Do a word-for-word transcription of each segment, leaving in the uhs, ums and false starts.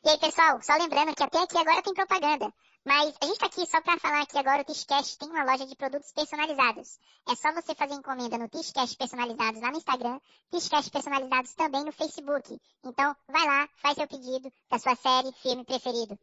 E aí, pessoal, só lembrando que até aqui agora tem propaganda. Mas a gente tá aqui só pra falar que agora o Tishcast tem uma loja de produtos personalizados. É só você fazer encomenda no Tishcast Personalizados lá no Instagram, Tishcast Personalizados também no Facebook. Então, vai lá, faz seu pedido da sua série, filme preferido.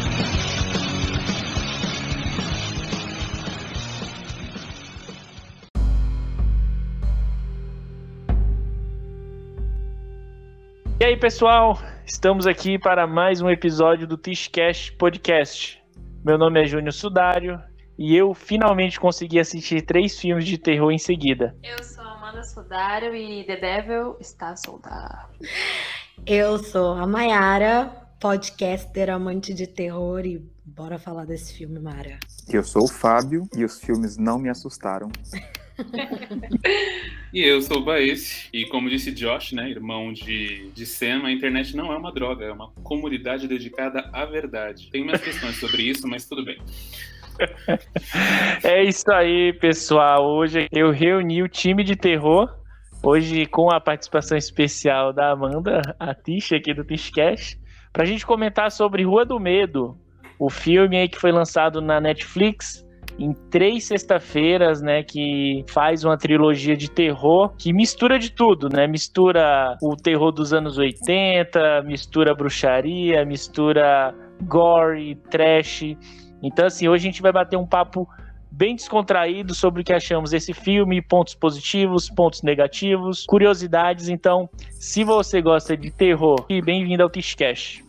E aí, pessoal, estamos aqui para mais um episódio do Tishcast Podcast. Meu nome é Júnior Sudário e eu finalmente consegui assistir três filmes de terror em seguida. Eu sou Amanda Sudário e The Devil está solta. Eu sou a Mayara, podcaster, amante de terror, e bora falar desse filme, Mara. Eu sou o Fábio e os filmes não me assustaram. E eu sou o Baez, e como disse Josh, né, irmão de, de Sam, a internet não é uma droga, é uma comunidade dedicada à verdade. Tem umas questões sobre isso, mas tudo bem. É isso aí, pessoal. Hoje eu reuni o time de terror, hoje com a participação especial da Amanda, a Tisha aqui do Tishcast, pra gente comentar sobre Rua do Medo, o filme aí que foi lançado na Netflix em três sexta-feiras, né, que faz uma trilogia de terror que mistura de tudo, né, mistura o terror dos anos oitenta, mistura bruxaria, mistura gore, trash. Então, assim, hoje a gente vai bater um papo bem descontraído sobre o que achamos desse filme, pontos positivos, pontos negativos, curiosidades. Então, se você gosta de terror, bem-vindo ao Tishcast.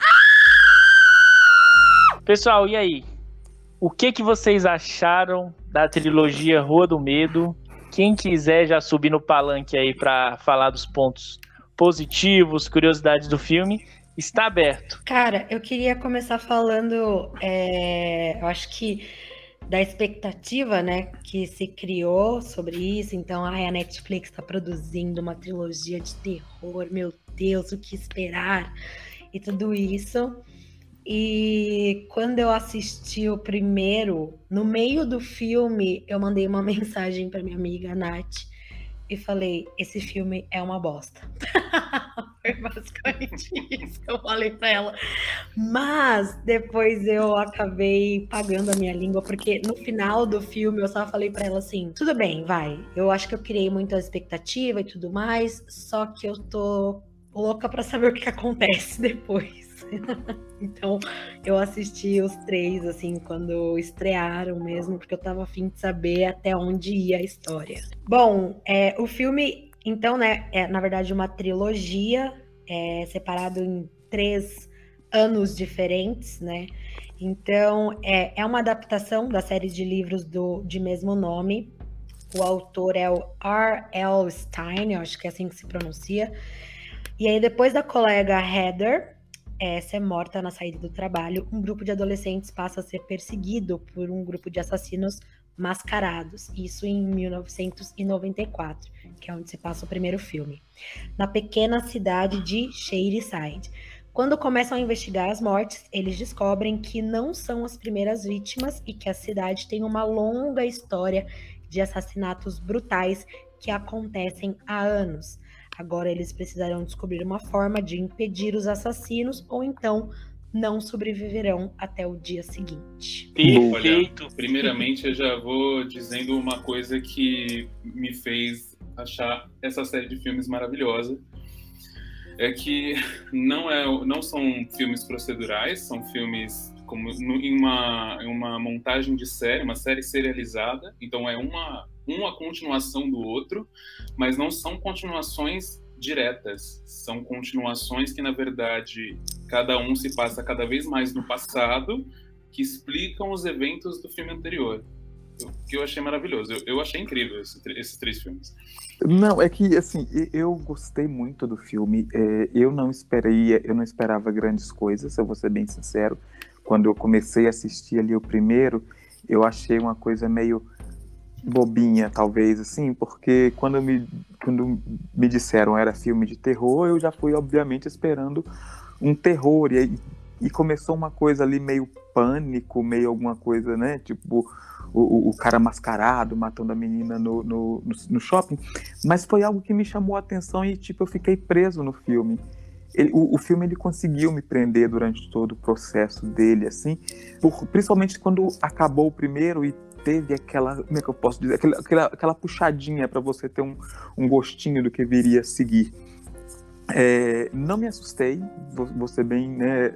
Pessoal, e aí? O que, que vocês acharam da trilogia Rua do Medo? Quem quiser já subir no palanque aí para falar dos pontos positivos, curiosidades do filme, está aberto. Cara, eu queria começar falando, é, eu acho que da expectativa, né, que se criou sobre isso. Então, ai, a Netflix está produzindo uma trilogia de terror, meu Deus, o que esperar? E tudo isso. E quando eu assisti o primeiro, no meio do filme, eu mandei uma mensagem para minha amiga, a Nath, e falei, esse filme é uma bosta. Foi basicamente isso que eu falei para ela. Mas depois eu acabei pagando a minha língua, porque no final do filme eu só falei para ela assim, tudo bem, vai, eu acho que eu criei muita expectativa e tudo mais, só que eu tô louca para saber o que acontece depois. Então, eu assisti os três, assim, quando estrearam mesmo, porque eu tava a fim de saber até onde ia a história. Bom, é, o filme, então, né, é na verdade uma trilogia, é, separado em três anos diferentes, né? Então, é, é uma adaptação da série de livros do, de mesmo nome. O autor é o R L Stein, eu acho que é assim que se pronuncia. E aí, depois da colega Heather É, ser morta na saída do trabalho, um grupo de adolescentes passa a ser perseguido por um grupo de assassinos mascarados, isso em mil novecentos e noventa e quatro, que é onde se passa o primeiro filme, na pequena cidade de Shadyside. Quando começam a investigar as mortes, eles descobrem que não são as primeiras vítimas e que a cidade tem uma longa história de assassinatos brutais que acontecem há anos. Agora eles precisarão descobrir uma forma de impedir os assassinos ou então não sobreviverão até o dia seguinte. Perfeito! Olha, primeiramente eu já vou dizendo uma coisa que me fez achar essa série de filmes maravilhosa. É que não, é, não são filmes procedurais, são filmes como em uma, em uma montagem de série, uma série serializada. Então é uma... uma continuação do outro, mas não são continuações diretas, são continuações que, na verdade, cada um se passa cada vez mais no passado, que explicam os eventos do filme anterior, o que eu achei maravilhoso. Eu, eu achei incrível esse, esses três filmes. Não, é que, assim, eu gostei muito do filme, é, eu não esperei, eu não esperava grandes coisas, eu vou ser bem sincero. Quando eu comecei a assistir ali o primeiro, eu achei uma coisa meio bobinha, talvez, assim, porque quando me, quando me disseram era filme de terror, eu já fui, obviamente, esperando um terror, e, e começou uma coisa ali meio pânico, meio alguma coisa, né, tipo, o, o cara mascarado, matando a menina no, no, no, no shopping, mas foi algo que me chamou a atenção e, tipo, eu fiquei preso no filme. ele, o, o filme ele conseguiu me prender durante todo o processo dele, assim, por, principalmente quando acabou o primeiro e teve aquela, como é que eu posso dizer, aquela, aquela, aquela puxadinha para você ter um, um gostinho do que viria a seguir. É, não me assustei, vou, vou ser bem, né,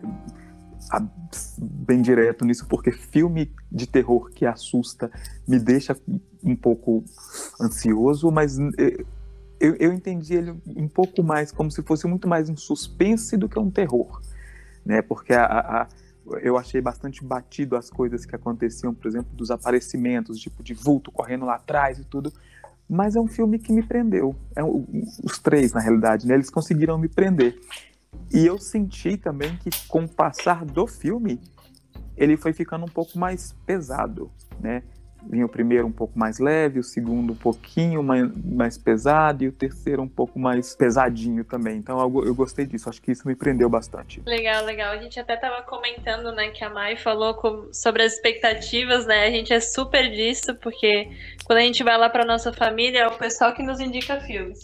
bem direto nisso, porque filme de terror que assusta me deixa um pouco ansioso, mas eu, eu entendi ele um pouco mais como se fosse muito mais um suspense do que um terror, né? Porque a, a, eu achei bastante batido as coisas que aconteciam, por exemplo, dos aparecimentos, tipo de vulto correndo lá atrás e tudo, mas é um filme que me prendeu. É, os três, na realidade, né? Eles conseguiram me prender. E eu senti também que, com o passar do filme, ele foi ficando um pouco mais pesado, né? Vinha o primeiro um pouco mais leve, o segundo um pouquinho mais, mais pesado e o terceiro um pouco mais pesadinho também. Então eu, eu gostei disso, acho que isso me prendeu bastante. Legal, legal. A gente até tava comentando, né, que a Mai falou com, sobre as expectativas, né? A gente é super disso, porque quando a gente vai lá pra nossa família, é o pessoal que nos indica filmes.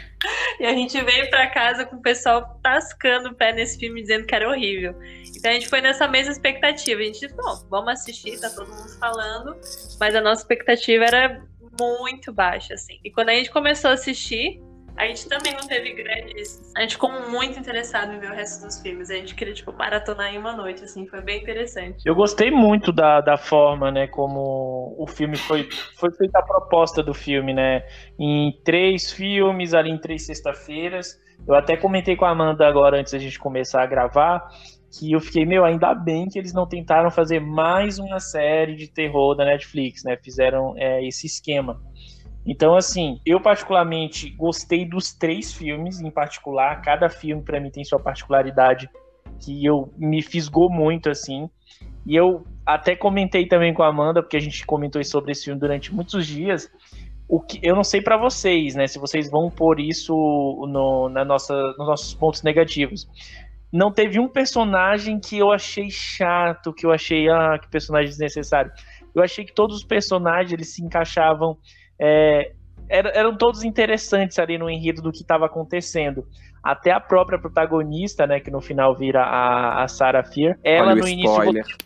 E a gente veio pra casa com o pessoal tascando o pé nesse filme, dizendo que era horrível. Então a gente foi nessa mesma expectativa. A gente disse, bom, vamos assistir, tá todo mundo falando. Mas a nossa expectativa era muito baixa, assim. E quando a gente começou a assistir, a gente também não teve grandes... A gente ficou muito interessado em ver o resto dos filmes. A gente queria, tipo, maratonar em uma noite, assim. Foi bem interessante. Eu gostei muito da, da forma, né, como o filme foi... Foi feita a proposta do filme, né? Em três filmes, ali em três sexta-feiras. Eu até comentei com a Amanda agora, antes da gente começar a gravar, que eu fiquei, meu, ainda bem que eles não tentaram fazer mais uma série de terror da Netflix, né? Fizeram é, esse esquema. Então, assim, eu particularmente gostei dos três filmes em particular. Cada filme, para mim, tem sua particularidade que eu me fisgou muito, assim. E eu até comentei também com a Amanda, porque a gente comentou sobre esse filme durante muitos dias. O que, eu não sei para vocês, né? Se vocês vão pôr isso no, na nossa, nos nossos pontos negativos. Não teve um personagem que eu achei chato, que eu achei, ah, que personagem desnecessário. Eu achei que todos os personagens, eles se encaixavam... É, eram todos interessantes ali no enredo do que estava acontecendo. Até a própria protagonista, né, que no final vira a, a Sarah Fier, ela no início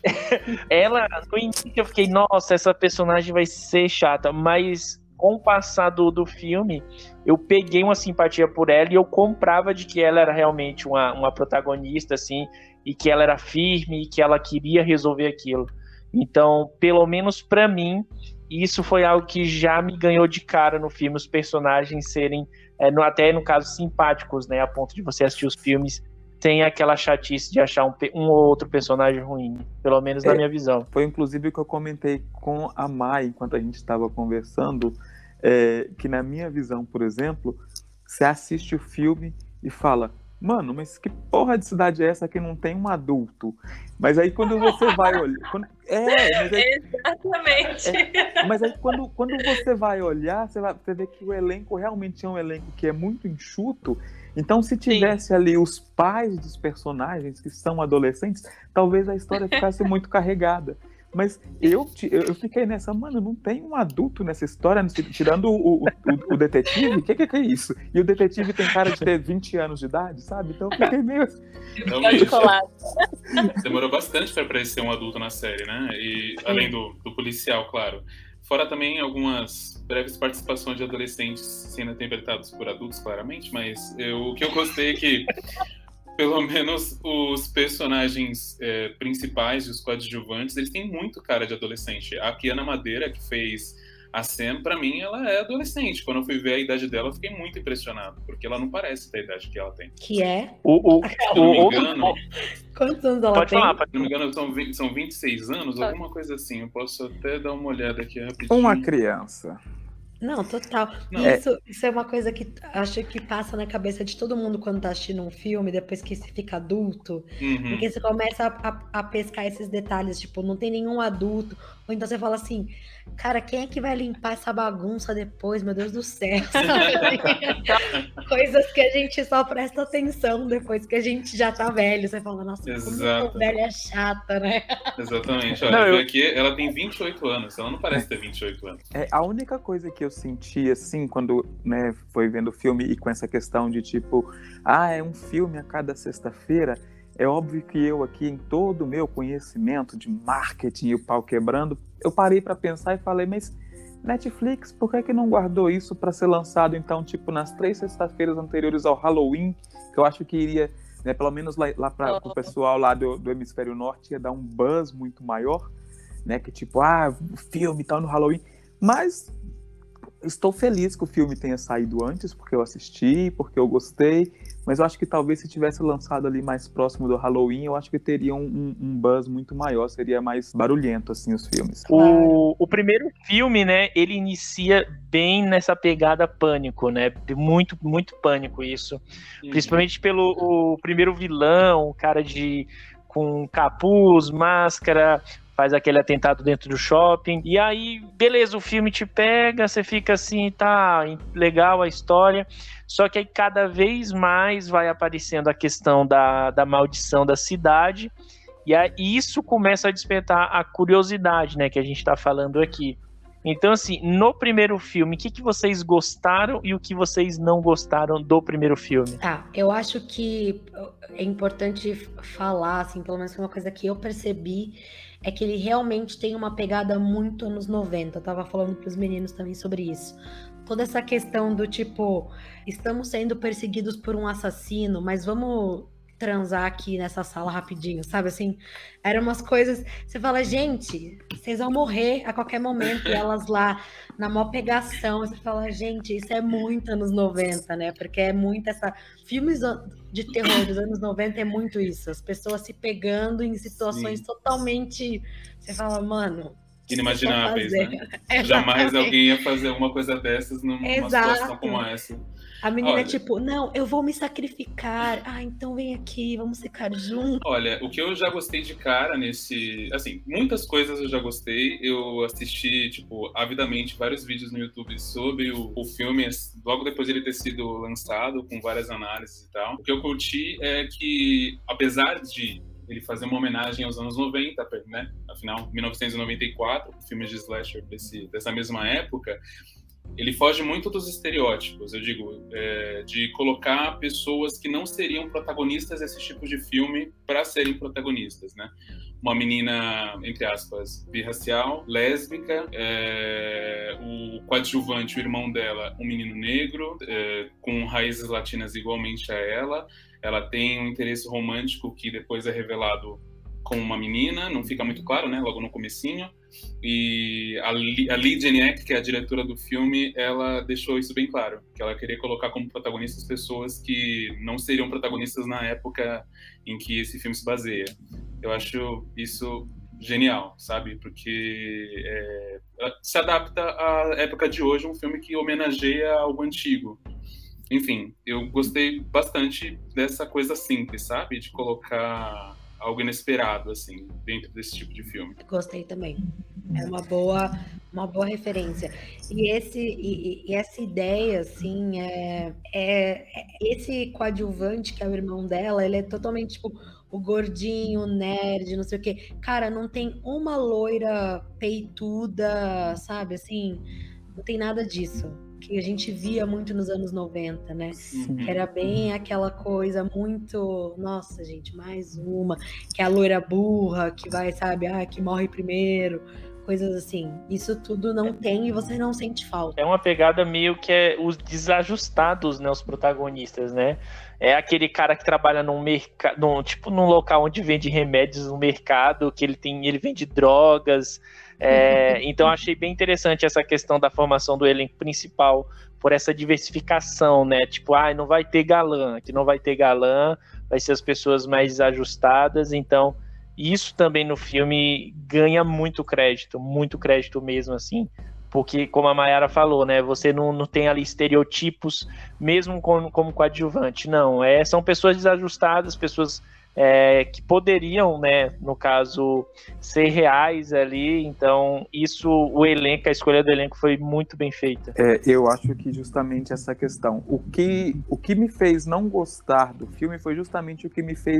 ela no início eu fiquei, nossa, essa personagem vai ser chata, mas com o passar do, do filme eu peguei uma simpatia por ela e eu comprava de que ela era realmente uma, uma protagonista, assim, e que ela era firme e que ela queria resolver aquilo. Então, pelo menos pra mim, isso foi algo que já me ganhou de cara no filme, os personagens serem, é, no, até no caso, simpáticos, né? A ponto de você assistir os filmes sem aquela chatice de achar um, um ou outro personagem ruim, pelo menos é, na minha visão. Foi inclusive o que eu comentei com a Mai enquanto a gente estava conversando, é, que na minha visão, por exemplo, você assiste o filme e fala... Mano, mas que porra de cidade é essa que não tem um adulto? Mas aí quando você vai olhar... Quando, é, mas aí, exatamente. É, mas aí quando, quando você vai olhar, você, vai, você vê que o elenco realmente é um elenco que é muito enxuto. Então, se tivesse Sim. ali os pais dos personagens que são adolescentes, talvez a história ficasse muito carregada. Mas eu, eu fiquei nessa, mano, não tem um adulto nessa história, tirando o, o, o, o detetive, o que, que, que é isso? E o detetive tem cara de ter vinte anos de idade, sabe? Então eu fiquei meio... Realmente, demorou bastante para aparecer um adulto na série, né? E além do, do policial, claro. Fora também algumas breves participações de adolescentes sendo interpretados por adultos, claramente, mas eu, o que eu gostei é que pelo menos os personagens é, principais e os coadjuvantes, eles têm muito cara de adolescente. A Kiana Madeira, que fez a Sam, pra mim, ela é adolescente. Quando eu fui ver a idade dela, eu fiquei muito impressionado, porque ela não parece ter a idade que ela tem. Que é? O, o, Se não me engano... Outro... Quantos anos ela pode tem? Falar, pode... Se não me engano, são, vinte, são vinte e seis anos, pode. Alguma coisa assim. Eu posso até dar uma olhada aqui rapidinho. Uma criança. Não, total. Não. Isso, é... isso é uma coisa que acho que passa na cabeça de todo mundo quando tá assistindo um filme, depois que você fica adulto. Uhum. Porque você começa a, a, a pescar esses detalhes, tipo, não tem nenhum adulto. Ou então você fala assim, cara, quem é que vai limpar essa bagunça depois? Meu Deus do céu. Coisas que a gente só presta atenção depois que a gente já tá velho. Você fala, nossa, Exato. como velha é chata, né? Exatamente. Olha, não, eu... aqui, ela tem vinte e oito anos. Ela não parece ter vinte e oito anos. É, a única coisa que eu senti, assim, quando, né, foi vendo o filme e com essa questão de tipo, ah, é um filme a cada sexta-feira, é óbvio que eu aqui, em todo o meu conhecimento de marketing e o pau quebrando, eu parei para pensar e falei, mas Netflix, por que que não guardou isso para ser lançado, então, tipo, nas três sextas-feiras anteriores ao Halloween, que eu acho que iria, né, pelo menos lá, lá para o pessoal lá do, do Hemisfério Norte, ia dar um buzz muito maior, né, que tipo, ah, o filme tá no Halloween, mas estou feliz que o filme tenha saído antes, porque eu assisti, porque eu gostei, mas eu acho que talvez se tivesse lançado ali mais próximo do Halloween, eu acho que teria um, um, um buzz muito maior, seria mais barulhento, assim, os filmes. O, o primeiro filme, né, ele inicia bem nessa pegada pânico, né, muito, muito pânico isso, uhum. Principalmente pelo o primeiro vilão, o cara de, com capuz, máscara, faz aquele atentado dentro do shopping, e aí, beleza, o filme te pega, você fica assim, tá, legal a história, só que aí cada vez mais vai aparecendo a questão da, da maldição da cidade, e aí isso começa a despertar a curiosidade, né, que a gente tá falando aqui. Então, assim, no primeiro filme, o que, que vocês gostaram e o que vocês não gostaram do primeiro filme? Tá, eu acho que é importante falar, assim, pelo menos uma coisa que eu percebi, é que ele realmente tem uma pegada muito anos noventa. Eu tava falando pros meninos também sobre isso. Toda essa questão do tipo, estamos sendo perseguidos por um assassino, mas vamos transar aqui nessa sala rapidinho, sabe? Assim, eram umas coisas... Você fala, gente, vocês vão morrer a qualquer momento. E elas lá, na maior pegação, você fala, gente, isso é muito anos noventa, né? Porque é muito essa... Filmes de terror dos anos noventa é muito isso. As pessoas se pegando em situações Sim. totalmente... Você fala, mano... Inimagináveis, né? Jamais alguém ia fazer uma coisa dessas numa Exato. situação como essa. A menina Olha, tipo, não, eu vou me sacrificar. Ah, então vem aqui, vamos ficar juntos. Olha, o que eu já gostei de cara nesse... Assim, muitas coisas eu já gostei. Eu assisti, tipo, avidamente vários vídeos no YouTube sobre o, o filme, logo depois de ele ter sido lançado, com várias análises e tal. O que eu curti é que, apesar de ele fazer uma homenagem aos anos noventa, né? Afinal, mil novecentos e noventa e quatro, filmes de slasher desse, dessa mesma época, ele foge muito dos estereótipos, eu digo, é, de colocar pessoas que não seriam protagonistas desse tipo de filme para serem protagonistas, né? Uma menina, entre aspas, birracial, lésbica, é, o coadjuvante, o irmão dela, um menino negro, é, com raízes latinas igualmente a ela. Ela tem um interesse romântico que depois é revelado com uma menina, não fica muito claro, né? Logo no comecinho. E a, a Lee Janiak, que é a diretora do filme, ela deixou isso bem claro, que ela queria colocar como protagonistas pessoas que não seriam protagonistas na época em que esse filme se baseia. Eu acho isso genial, sabe? Porque é, se adapta à época de hoje, um filme que homenageia algo antigo. Enfim, eu gostei bastante dessa coisa simples, sabe? De colocar algo inesperado, assim, dentro desse tipo de filme. Gostei também. É uma boa, uma boa referência. E, esse, e, e essa ideia, assim, é, é, é... Esse coadjuvante, que é o irmão dela, ele é totalmente, tipo, o gordinho, nerd, não sei o quê. Cara, não tem uma loira peituda, sabe, assim... Não tem nada disso. Que a gente via muito nos anos noventa, né? Sim. Que era bem aquela coisa muito... Nossa, gente, mais uma. Que é a loira burra, que vai, sabe? Ah, que morre primeiro. Coisas assim. Isso tudo não tem e você não sente falta. É uma pegada meio que é os desajustados, né? Os protagonistas, né? É aquele cara que trabalha num mercado... Tipo, num local onde vende remédios no mercado, que ele tem, ele vende drogas... É, então achei bem interessante essa questão da formação do elenco principal por essa diversificação, né? Tipo, ah, não vai ter galã, aqui não vai ter galã, vai ser as pessoas mais desajustadas, então isso também no filme ganha muito crédito, muito crédito mesmo, assim, porque como a Mayara falou, né, você não, não tem ali estereotipos mesmo como, como coadjuvante, não, é, são pessoas desajustadas, pessoas É, que poderiam, né, no caso, ser reais ali, então isso, o elenco, a escolha do elenco foi muito bem feita. É, eu acho que justamente essa questão, o que, o que me fez não gostar do filme foi justamente o que me fez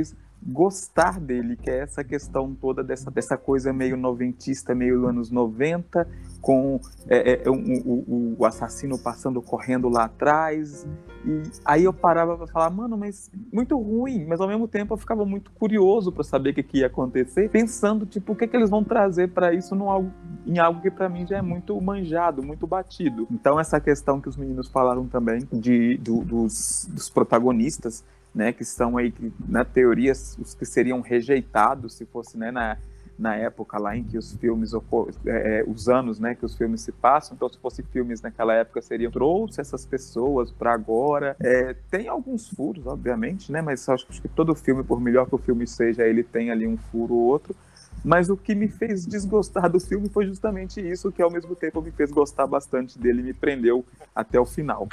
gostar dele, que é essa questão toda dessa, dessa coisa meio noventista, meio anos noventa, com é, é, um, o, o assassino passando, correndo lá atrás. E aí eu parava para falar, mano, mas muito ruim, mas ao mesmo tempo eu ficava muito curioso para saber o que, que ia acontecer, pensando, tipo, o que, que eles vão trazer para isso num algo, em algo que para mim já é muito manjado, muito batido. Então essa questão que os meninos falaram também de, do, dos, dos protagonistas, né, que são aí, que, na teoria, os que seriam rejeitados se fosse, né, na, na época lá em que os filmes, é, os anos, né, que os filmes se passam. Então, se fossem filmes naquela época, seriam, trouxe essas pessoas para agora. É, tem alguns furos, obviamente, né, mas acho que todo filme, por melhor que o filme seja, ele tem ali um furo ou outro. Mas o que me fez desgostar do filme foi justamente isso, que ao mesmo tempo me fez gostar bastante dele e me prendeu até o final.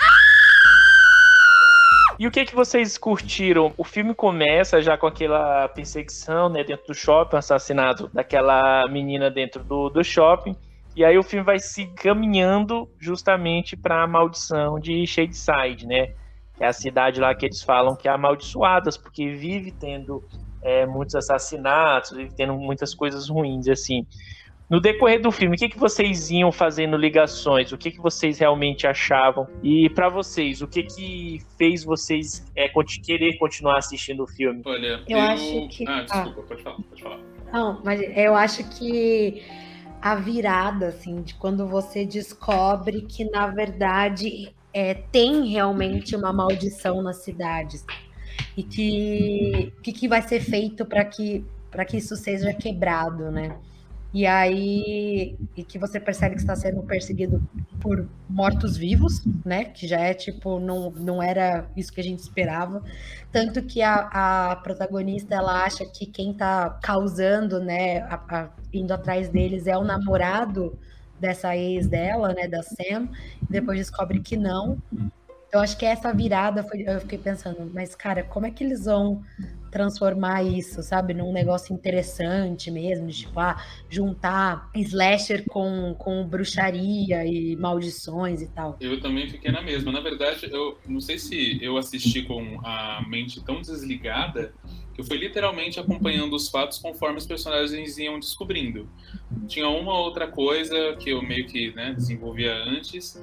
E o que que vocês curtiram? O filme começa já com aquela perseguição, né, dentro do shopping, o assassinato daquela menina dentro do, do shopping, e aí o filme vai se caminhando justamente para a maldição de Shadyside, né, que é a cidade lá que eles falam que é amaldiçoadas, porque vive tendo é, muitos assassinatos, vive tendo muitas coisas ruins, assim. No decorrer do filme, o que, que vocês iam fazendo ligações? O que, que vocês realmente achavam? E para vocês, o que, que fez vocês é, querer continuar assistindo o filme? Olha, eu, eu... acho que... Ah, desculpa, ah. pode falar, pode falar. Não, mas eu acho que a virada, assim, de quando você descobre que, na verdade, é, tem realmente uma maldição nas cidades. E que o que, que vai ser feito para que, para que isso seja quebrado, né? E aí, e que você percebe que está sendo perseguido por mortos-vivos, né? Que já é tipo, não, não era isso que a gente esperava. Tanto que a, a protagonista, ela acha que quem está causando, né, a, a, indo atrás deles é o namorado dessa ex dela, né, da Sam. E depois descobre que não. Eu acho que essa virada, foi, eu fiquei pensando, mas cara, como é que eles vão transformar isso, sabe, num negócio interessante mesmo, de, tipo, ah, juntar slasher com, com bruxaria e maldições e tal. Eu também fiquei na mesma. Na verdade, eu não sei se eu assisti com a mente tão desligada que eu fui literalmente acompanhando os fatos conforme os personagens iam descobrindo. Tinha uma outra coisa que eu meio que, né, desenvolvia antes,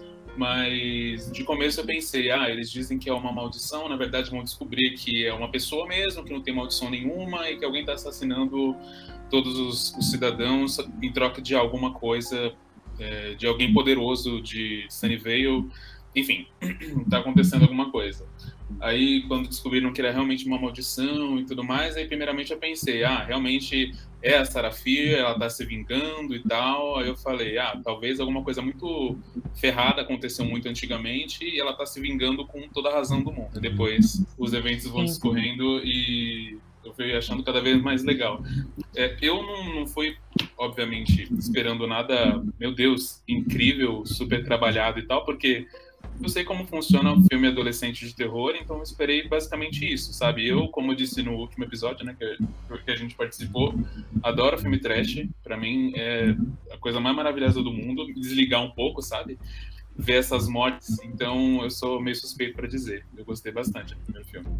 mas de começo eu pensei, ah, eles dizem que é uma maldição, na verdade vão descobrir que é uma pessoa mesmo, que não tem maldição nenhuma e que alguém está assassinando todos os, os cidadãos em troca de alguma coisa, é, de alguém poderoso de Sunnyvale, enfim, está acontecendo alguma coisa. Aí, quando descobriram que era realmente uma maldição e tudo mais, aí primeiramente eu pensei, ah, realmente é a Sarah Fier, ela tá se vingando e tal. Aí eu falei, ah, talvez alguma coisa muito ferrada aconteceu muito antigamente e ela tá se vingando com toda a razão do mundo. E depois os eventos vão discorrendo e eu fui achando cada vez mais legal. É, eu não, não fui, obviamente, esperando nada, meu Deus, incrível, super trabalhado e tal, porque eu sei como funciona um filme adolescente de terror, então eu esperei basicamente isso, sabe? Eu, como eu disse no último episódio, né, que, que a gente participou, adoro filme trash. Pra mim é a coisa mais maravilhosa do mundo, desligar um pouco, sabe? Ver essas mortes. Então eu sou meio suspeito pra dizer. Eu gostei bastante do primeiro filme.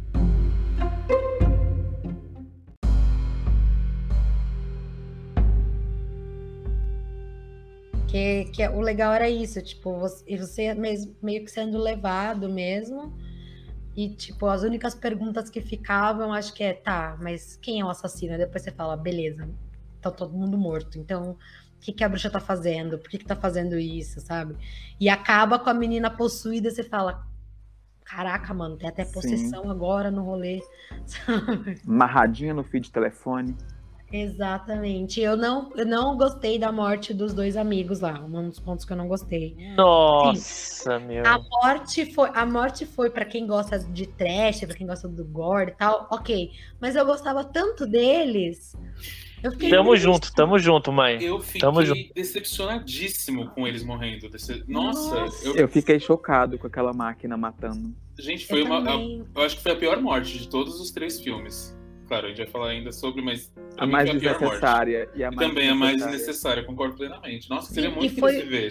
Que, que o legal era isso, tipo, você, você mesmo, meio que sendo levado mesmo, e tipo, as únicas perguntas que ficavam, acho que é, tá, mas quem é o assassino? E depois você fala, beleza, tá todo mundo morto, então o que, que a bruxa tá fazendo? Por que, que tá fazendo isso, sabe? E acaba com a menina possuída, você fala, caraca, mano, tem até possessão Sim. agora no rolê, sabe? Amarradinha no fio de telefone. Exatamente. Eu não, eu não gostei da morte dos dois amigos lá. Um dos pontos que eu não gostei. Nossa, Sim, meu. A morte foi, a morte foi para quem gosta de trash, para quem gosta do gore e tal, ok. Mas eu gostava tanto deles. Eu fiquei tamo muito... junto, tamo junto, mãe. Eu fiquei tamo junto. decepcionadíssimo com eles morrendo. Nossa, Nossa. Eu... eu fiquei chocado com aquela máquina matando. Gente, foi eu uma. Também. Eu acho que foi a pior morte de todos os três filmes. Claro, a gente vai falar ainda sobre, mas a mais desnecessária. E a mais também a mais desnecessária, concordo plenamente. Nossa, seria muito que foi... eles se vissem.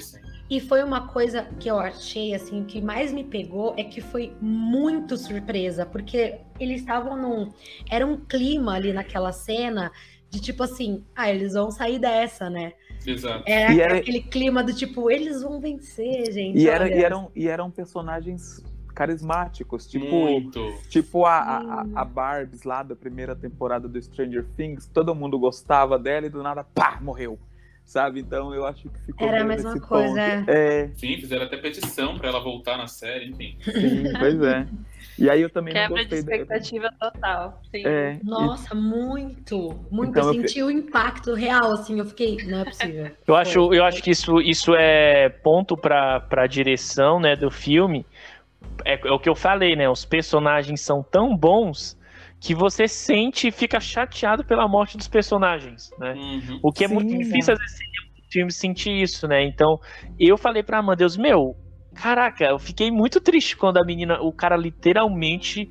E foi uma coisa que eu achei, assim, o que mais me pegou é que foi muito surpresa, porque eles estavam num... Era um clima ali naquela cena de tipo assim, ah, eles vão sair dessa, né? Exato. Era, E era- aquele clima do tipo, eles vão vencer, gente. E, era, olha. e, eram, e eram personagens carismáticos, tipo, Muito. tipo a, a, a Barbie lá da primeira temporada do Stranger Things, todo mundo gostava dela e do nada, pá, morreu. Sabe? Então eu acho que ficou Era a meio mesma nesse coisa, ponto. É, Sim, fizeram até petição pra ela voltar na série, enfim. sim, pois é. E aí eu também não Quebra de gostei da- expectativa total. Sim. É, e- Nossa, muito, muito. Então, eu eu senti o impacto real, assim, eu fiquei, não é possível. Eu acho, eu acho que isso, isso é ponto pra, pra direção, né, do filme. É, é o que eu falei, né? Os personagens são tão bons que você sente e fica chateado pela morte dos personagens, né? Uhum. O que é Sim, muito né? difícil, às vezes, no filme sentir isso, né? Então, eu falei pra Amanda, Deus, meu, caraca, eu fiquei muito triste quando a menina, o cara literalmente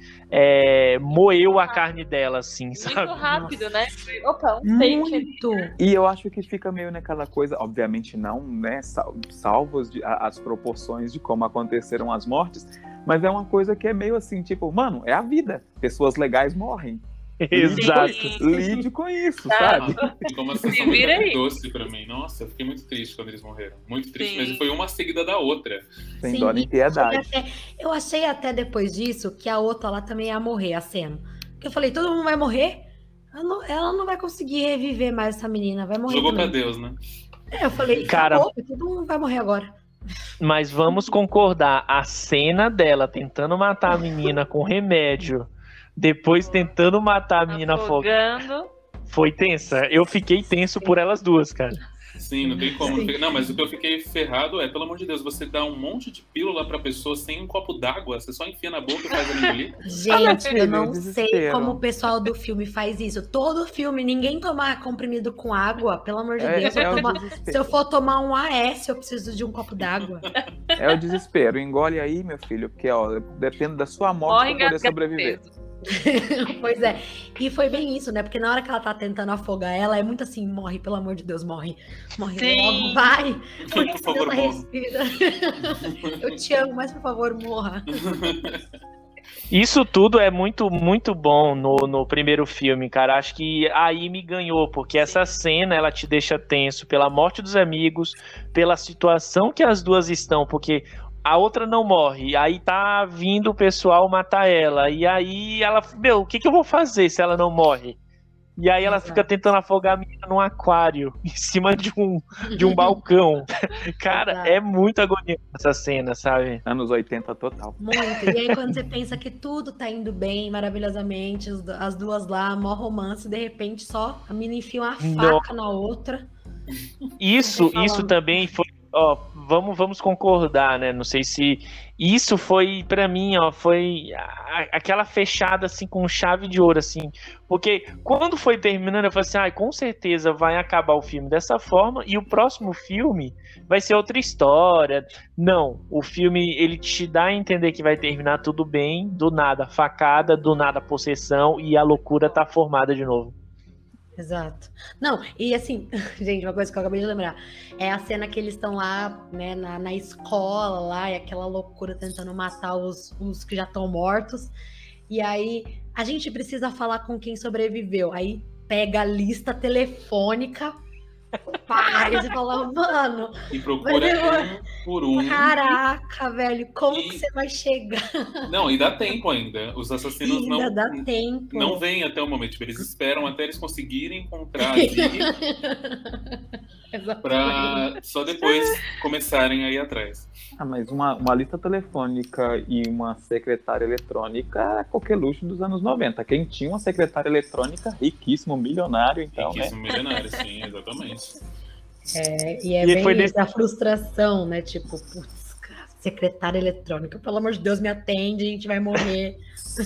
é, moeu a carne dela, assim, sabe? Muito rápido, né? Foi, opa, um take ali. Muito. E eu acho que fica meio naquela coisa, obviamente não, né, sal- salvos de- a- as proporções de como aconteceram as mortes, mas é uma coisa que é meio assim, tipo, mano, é a vida. Pessoas legais morrem. Exato. Lide com isso, Tá. sabe? E como a Se sensação vira foi aí. doce pra mim. Nossa, eu fiquei muito triste quando eles morreram. Muito triste, Sim. mas foi uma seguida da outra. Sem Sim, dó nem e piedade. eu achei até- Eu achei até depois disso que a outra lá também ia morrer, a Sam. Porque eu falei, todo mundo vai morrer? Ela não, ela não vai conseguir reviver mais essa menina, vai morrer Jogou também. pra Deus, né? É, eu falei, Cara- acabou, todo mundo vai morrer agora. Mas vamos concordar, a cena dela tentando matar a menina com remédio, depois tentando matar a menina afogada, Afogando. foi tensa. Eu fiquei tenso por elas duas, cara. Sim, não tem como. Sim. Não, mas o que eu fiquei ferrado é, pelo amor de Deus, você dá um monte de pílula pra pessoa sem um copo d'água, você só enfia na boca e faz ela engolir. Gente, filho, eu não desespero. sei como o pessoal do filme faz isso. Todo filme, ninguém tomar comprimido com água, pelo amor de É, Deus. é eu o tomar- Se eu desespero. for tomar um A S, eu preciso de um copo d'água. É o desespero. Engole aí, meu filho, porque ó, depende da sua morte Morre pra poder engasgado sobreviver. mesmo. Pois é. E foi bem isso, né? Porque na hora que ela tá tentando afogar ela, é muito assim, morre, pelo amor de Deus, morre. Morre Sim. logo, vai. Por favor, Ela morra. respira. Eu te amo, mas por favor, morra. Isso tudo é muito, muito bom no, no primeiro filme, cara. Acho que aí me ganhou, porque essa cena ela te deixa tenso pela morte dos amigos, pela situação que as duas estão, porque a outra não morre, aí tá vindo o pessoal matar ela, e aí ela, meu, o que, que eu vou fazer se ela não morre? E aí ela Exato. fica tentando afogar a menina num aquário, em cima de um, de um balcão. Cara, Exato. é muito agoniante essa cena, sabe? Anos oitenta total. Muito. E aí, quando você pensa que tudo tá indo bem, maravilhosamente, as, as duas lá, mó romance, de repente só a mina enfia uma Não. faca na outra. Isso, Falando. isso também foi, ó, vamos, vamos concordar, né? Não sei se isso foi pra mim, ó, foi a- aquela fechada assim com chave de ouro, assim, porque quando foi terminando eu falei assim, ai, com certeza vai acabar o filme dessa forma e o próximo filme vai ser outra história. Não, o filme ele te dá a entender que vai terminar tudo bem, do nada facada, do nada possessão e a loucura tá formada de novo. Exato. Não, e assim, gente, uma coisa que eu acabei de lembrar, é a cena que eles estão lá, né, na, na escola lá, e aquela loucura tentando matar os, os que já estão mortos. E aí, a gente precisa falar com quem sobreviveu. Aí pega a lista telefônica, pá, e você fala, mano, E procura Mas eu- um por um. caraca, velho, como E- que você vai chegar? Não, e dá tempo ainda. Os assassinos Ainda não, dá tempo. não vêm até o momento. Tipo, eles esperam até eles conseguirem encontrar ali Exatamente. pra só depois começarem a ir atrás. Ah, mas uma, uma lista telefônica e uma secretária eletrônica é qualquer luxo dos anos noventa. Quem tinha uma secretária eletrônica riquíssimo, milionário, então, né? Riquíssimo milionário, sim, exatamente. É, e é E bem foi isso, nesse- a frustração, né? Tipo, putz, cara, secretária eletrônica, pelo amor de Deus, me atende, a gente vai morrer.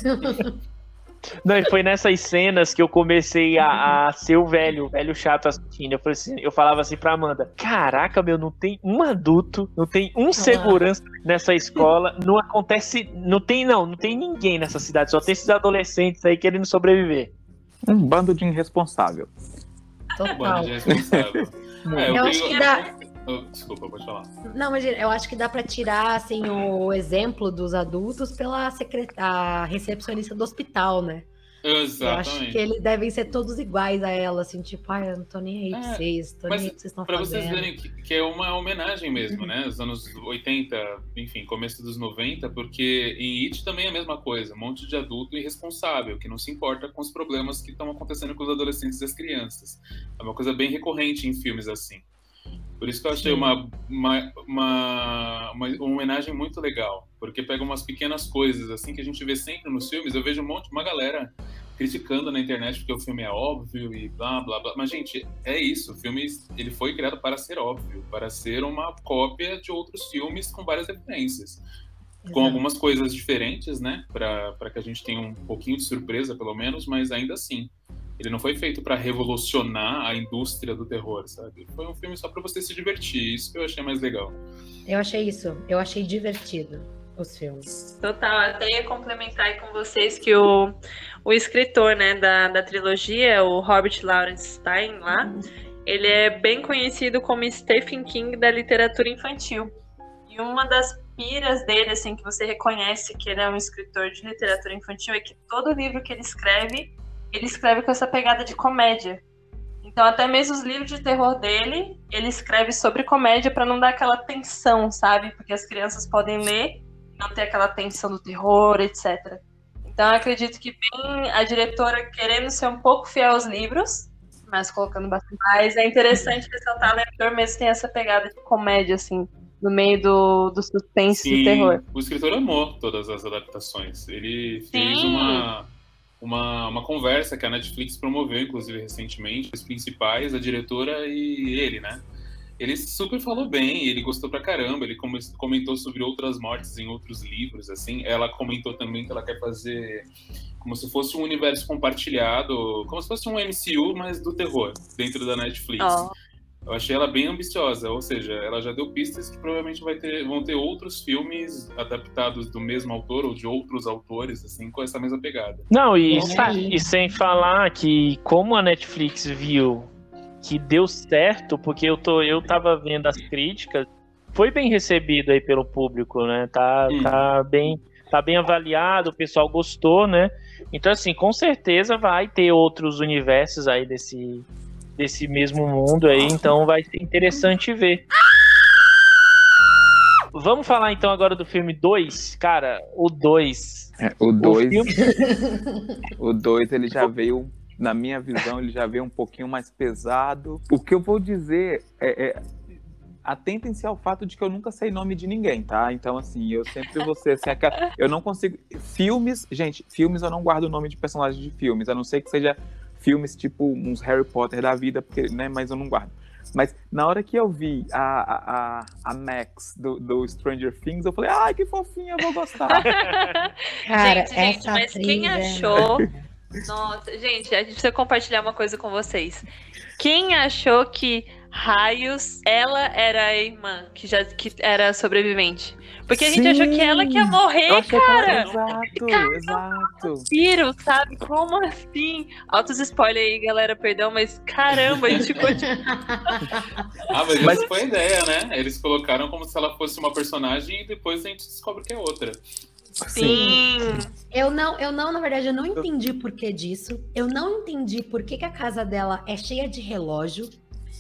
Não, e foi nessas cenas que eu comecei a, a ser o velho, o velho chato assistindo. Eu, falei assim, eu falava assim pra Amanda: caraca, meu, não tem um adulto, não tem um segurança nessa escola, não acontece, não tem não, não tem ninguém nessa cidade, só tem esses adolescentes aí querendo sobreviver. Um bando de irresponsável. Bando Total. de responsável. É, Eu eu acho tenho- que dá. Oh, desculpa, pode falar. Não, imagina, eu acho que dá pra tirar, assim, o exemplo dos adultos pela secret... a recepcionista do hospital, né? Exatamente. Eu acho que eles devem ser todos iguais a ela, assim, tipo, ai, eu não tô nem aí pra É, vocês, tô mas nem aí pra vocês estão Pra fazendo. vocês verem que, que é uma homenagem mesmo, né? Os anos oitenta, enfim, começo dos noventa, porque em It também é a mesma coisa. Um monte de adulto irresponsável, que não se importa com os problemas que estão acontecendo com os adolescentes e as crianças. É uma coisa bem recorrente em filmes assim. Por isso que eu achei uma, uma, uma, uma, uma homenagem muito legal, porque pega umas pequenas coisas assim que a gente vê sempre nos filmes. Eu vejo um monte, uma galera criticando na internet porque o filme é óbvio e blá, blá, blá. Mas, gente, é isso. O filme ele foi criado para ser óbvio, para ser uma cópia de outros filmes com várias referências. Com Exato. algumas coisas diferentes, né? Para que a gente tenha um pouquinho de surpresa, pelo menos, mas ainda assim. Ele não foi feito para revolucionar a indústria do terror, sabe? Foi um filme só para você se divertir. Isso que eu achei mais legal. Eu achei isso, eu achei divertido os filmes. Total, até ia complementar aí com vocês que o, o escritor, né, da, da trilogia, o Robert Lawrence Stein lá, ele é bem conhecido como Stephen King da literatura infantil. E uma das piras dele, assim, que você reconhece que ele é um escritor de literatura infantil é que todo livro que ele escreve, ele escreve com essa pegada de comédia. Então, até mesmo os livros de terror dele, ele escreve sobre comédia para não dar aquela tensão, sabe? Porque as crianças podem ler e não ter aquela tensão do terror, etcétera. Então, eu acredito que bem a diretora querendo ser um pouco fiel aos livros, mas colocando bastante. Mas é interessante ressaltar, o leitor mesmo tem essa pegada de comédia, assim, no meio do, do suspense Sim, do terror. O escritor amou todas as adaptações. Ele fez Sim. uma... Uma, uma conversa que a Netflix promoveu, inclusive, recentemente, os principais, a diretora e ele, né? Ele super falou bem, ele gostou pra caramba, ele comentou sobre outras mortes em outros livros, assim. Ela comentou também que ela quer fazer como se fosse um universo compartilhado, como se fosse um M C U, mas do terror, dentro da Netflix. Oh. Eu achei ela bem ambiciosa, ou seja, ela já deu pistas que provavelmente vai ter, vão ter outros filmes adaptados do mesmo autor ou de outros autores, assim, com essa mesma pegada. Não, e, Bom, e sem falar que como a Netflix viu que deu certo, porque eu, tô, eu tava vendo as críticas, foi bem recebido aí pelo público, né? Tá, Hum. tá, bem, tá bem avaliado, o pessoal gostou, né? Então, assim, com certeza vai ter outros universos aí desse... desse mesmo mundo aí, então vai ser interessante ver. Vamos falar então agora do filme dois, cara, o dois. É, o dois, filme... o dois ele já veio, na minha visão, ele já veio um pouquinho mais pesado. O que eu vou dizer é, é atentem-se ao fato de que eu nunca sei nome de ninguém, tá? Então, assim, eu sempre vou ser assim, aquela... eu não consigo... Filmes, gente, filmes eu não guardo o nome de personagens de filmes, a não ser que seja filmes tipo uns Harry Potter da vida, porque, né, mas eu não guardo. Mas na hora que eu vi a, a, a Max do, do Stranger Things, eu falei, ai, que fofinha, eu vou gostar. Cara, gente, gente, essa mas quem atriz, achou... Nossa, gente, a gente precisa compartilhar uma coisa com vocês. Quem achou que Raios, ela era a irmã que já que era sobrevivente? Porque a gente Sim! achou que ela que ia morrer, Eu achei que cara. ela- Exato, exato. Vampiro, sabe? Como assim? Altos spoiler aí, galera, perdão, mas caramba, a gente ficou tipo... Ah, mas, Mas- essa foi a ideia, né? Eles colocaram como se ela fosse uma personagem e depois a gente descobre que é outra. Sim. Eu não, eu não, na verdade, eu não entendi por que disso. Eu não entendi por que, que a casa dela é cheia de relógio.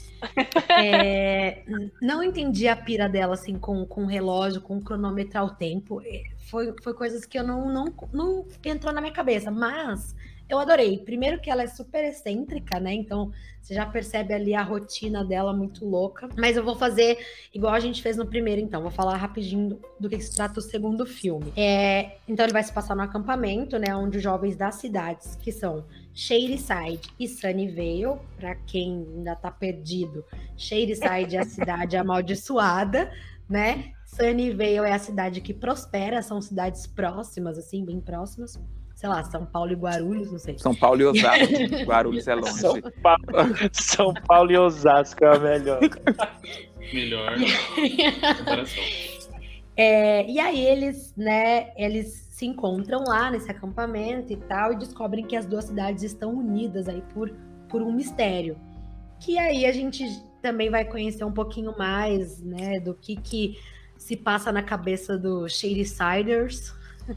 É, não entendi a pira dela, assim, com, com relógio, com cronometrar o tempo. É, Foi, foi coisas que eu não, não, não entrou na minha cabeça, mas eu adorei. Primeiro que ela é super excêntrica, né? Então você já percebe ali a rotina dela muito louca. Mas eu vou fazer igual a gente fez no primeiro, então. Vou falar rapidinho do, do que se trata o segundo filme. É, então ele vai se passar no acampamento, né? Onde os jovens das cidades, que são Shadyside e Sunnyvale, para quem ainda tá perdido, Shadyside é a cidade amaldiçoada, né? Sunnyvale é a cidade que prospera, são cidades próximas, assim, bem próximas. Sei lá, São Paulo e Guarulhos, não sei. São Paulo e Osasco. Guarulhos é longe. São Paulo, São Paulo e Osasco é a melhor. Melhor comparação. É, e aí eles, né, eles se encontram lá nesse acampamento e tal, e descobrem que as duas cidades estão unidas aí por, por um mistério. Que aí a gente também vai conhecer um pouquinho mais, né, do que que se passa na cabeça dos Shadysiders.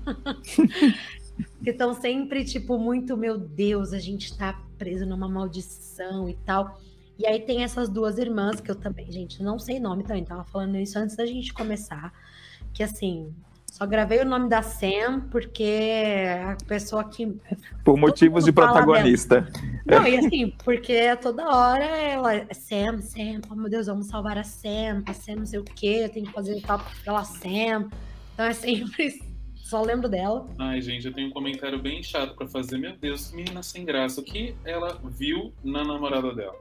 Que estão sempre, tipo, muito, meu Deus, a gente tá preso numa maldição e tal. E aí tem essas duas irmãs, que eu também, gente, não sei nome também, tava falando isso antes da gente começar, que assim, só gravei o nome da Sam, porque a pessoa que... Por motivos de protagonista. Não, e assim, porque toda hora ela, Sam, Sam, oh meu Deus, vamos salvar a Sam, a Sam não sei o quê, eu tenho que fazer tal pela Sam. Então é sempre... Só lembro dela. Ai, gente, eu tenho um comentário bem chato pra fazer. Meu Deus, menina sem graça. O que ela viu na namorada dela?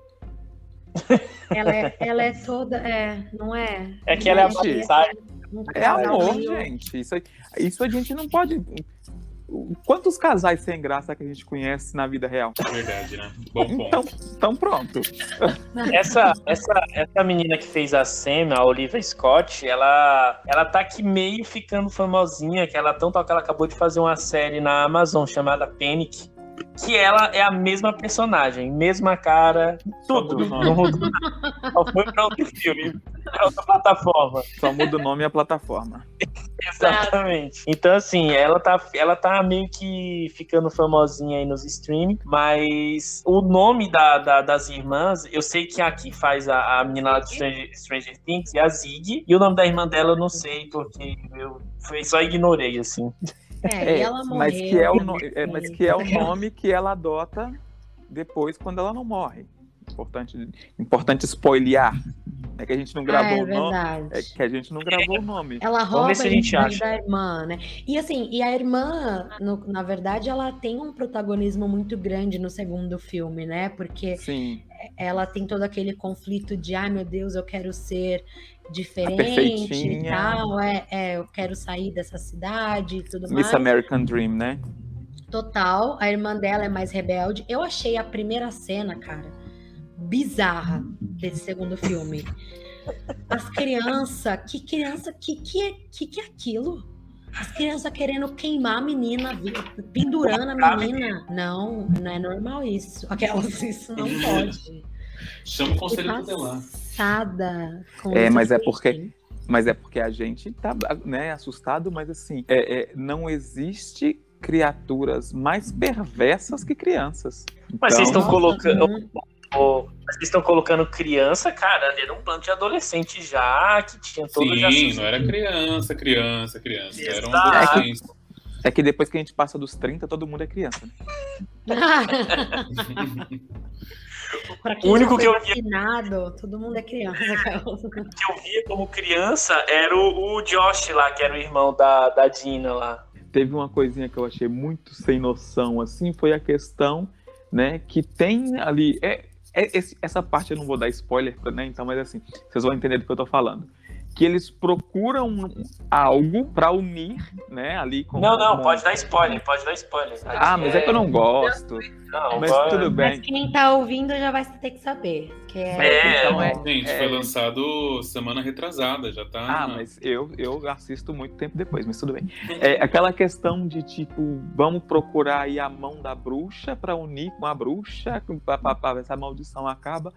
Ela é, ela é toda... É, não é? É que ela é a Gente, passagem. É amor, gente. Isso, aí- isso a gente não pode... Quantos casais sem graça que a gente conhece na vida real? Verdade, né? Bom ponto. Então, então pronto. Essa, essa, essa menina que fez a Sam, a Olivia Scott, ela, ela tá aqui meio ficando famosinha, que ela tanto que ela acabou de fazer uma série na Amazon chamada Panic, que ela é a mesma personagem, mesma cara, tudo. Não mudou nada. Só foi pra outro filme, pra outra plataforma. Só muda o nome e a plataforma. Exatamente. Então, assim, ela tá, ela tá meio que ficando famosinha aí nos streaming, mas o nome da, da- das irmãs, eu sei que aqui faz a, a menina lá do Stranger, Stranger Things, é a Zig, e o nome da irmã dela eu não sei, porque eu foi, só ignorei, assim. É, e É, ela morreu. mas, que é o no- né? é, mas que é o nome que ela adota depois, quando ela não morre. Importante, importante spoilear. É que a gente não Ah, gravou é o nome. verdade. É que a gente não gravou o nome. Ela Vamos rouba ver se a a gente identidade acha. da irmã, né? E assim, e a irmã, no- na verdade, ela tem um protagonismo muito grande no segundo filme, né? Porque Sim. ela tem todo aquele conflito de, ai meu Deus, eu quero ser diferente e perfeitinha. tal, é, é, eu quero sair dessa cidade e tudo Miss mais. American Dream, né? Total, a irmã dela é mais rebelde. Eu achei a primeira cena, cara, bizarra desse segundo filme. As crianças, que criança, que que é, que que é aquilo? As crianças querendo queimar a menina, vi- pendurando a menina. Não, não é normal isso. Aquelas, isso não pode. Chama o conselho Fiquei tutelar. passada com É, isso. mas é Eu porque- fiquei, Mas é porque a gente tá, né, assustado, mas assim, é- é, não existe criaturas mais perversas que crianças. Mas vocês estão nossa, colocando. hum, Ô, vocês estão colocando criança, cara, era um plano de adolescente já, que tinha todo já Sim, não era criança, criança, criança. Era um Exato. adolescente. É que depois que a gente passa dos trinta, todo mundo é criança. Né? Pra quem O único já que foi eu via- vacinado, todo mundo é criança. que eu via como criança era o, o Josh lá, que era o irmão da, da Dina lá. Teve uma coisinha que eu achei muito sem noção, assim, foi a questão, né, que tem ali... É, é- esse- essa parte eu não vou dar spoiler, né, então, mas assim, vocês vão entender do que eu tô falando. Que eles procuram algo pra unir, né, ali com... Não, não, com- pode dar spoiler, pode dar spoiler. Ah, mas é que eu não gosto. Não, Mas pode- tudo Mas bem. quem tá ouvindo já vai ter que saber. Que é... É, Então é- Gente, é- foi lançado semana retrasada, já tá. Ah, mas eu, eu assisto muito tempo depois, mas tudo bem. É aquela questão de, tipo, vamos procurar aí a mão da bruxa pra unir com a bruxa, pra, pra, pra essa maldição acaba.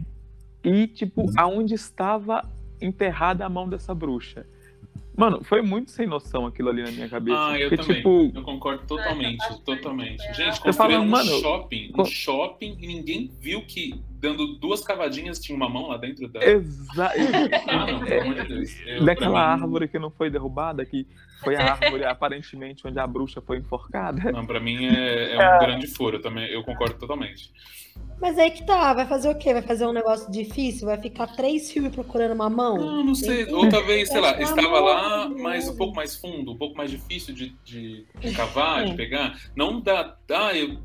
E, tipo, aonde estava enterrada a mão dessa bruxa? Mano, foi muito sem noção aquilo ali na minha cabeça. Ah, eu porque, também. tipo, Eu concordo totalmente, totalmente. Gente, Eu falo, construíram um mano, shopping, um co- shopping e ninguém viu que dando duas cavadinhas tinha uma mão lá dentro da. exa... Ah, não, pelo amor de Deus. Eu, daquela pra mim- árvore que não foi derrubada, que foi a árvore aparentemente onde a bruxa foi enforcada. Não, pra mim é, é um grande furo, eu também, eu concordo totalmente. Mas aí que tá, vai fazer o quê? Vai fazer um negócio difícil? Vai ficar três filmes procurando uma mão? Não, não sei. Tem- Ou talvez, sei lá, Pelo estava lá, amor de mas Deus. um pouco mais fundo, um pouco mais difícil de, de, de cavar, de É. pegar. Não dá. Ah, eu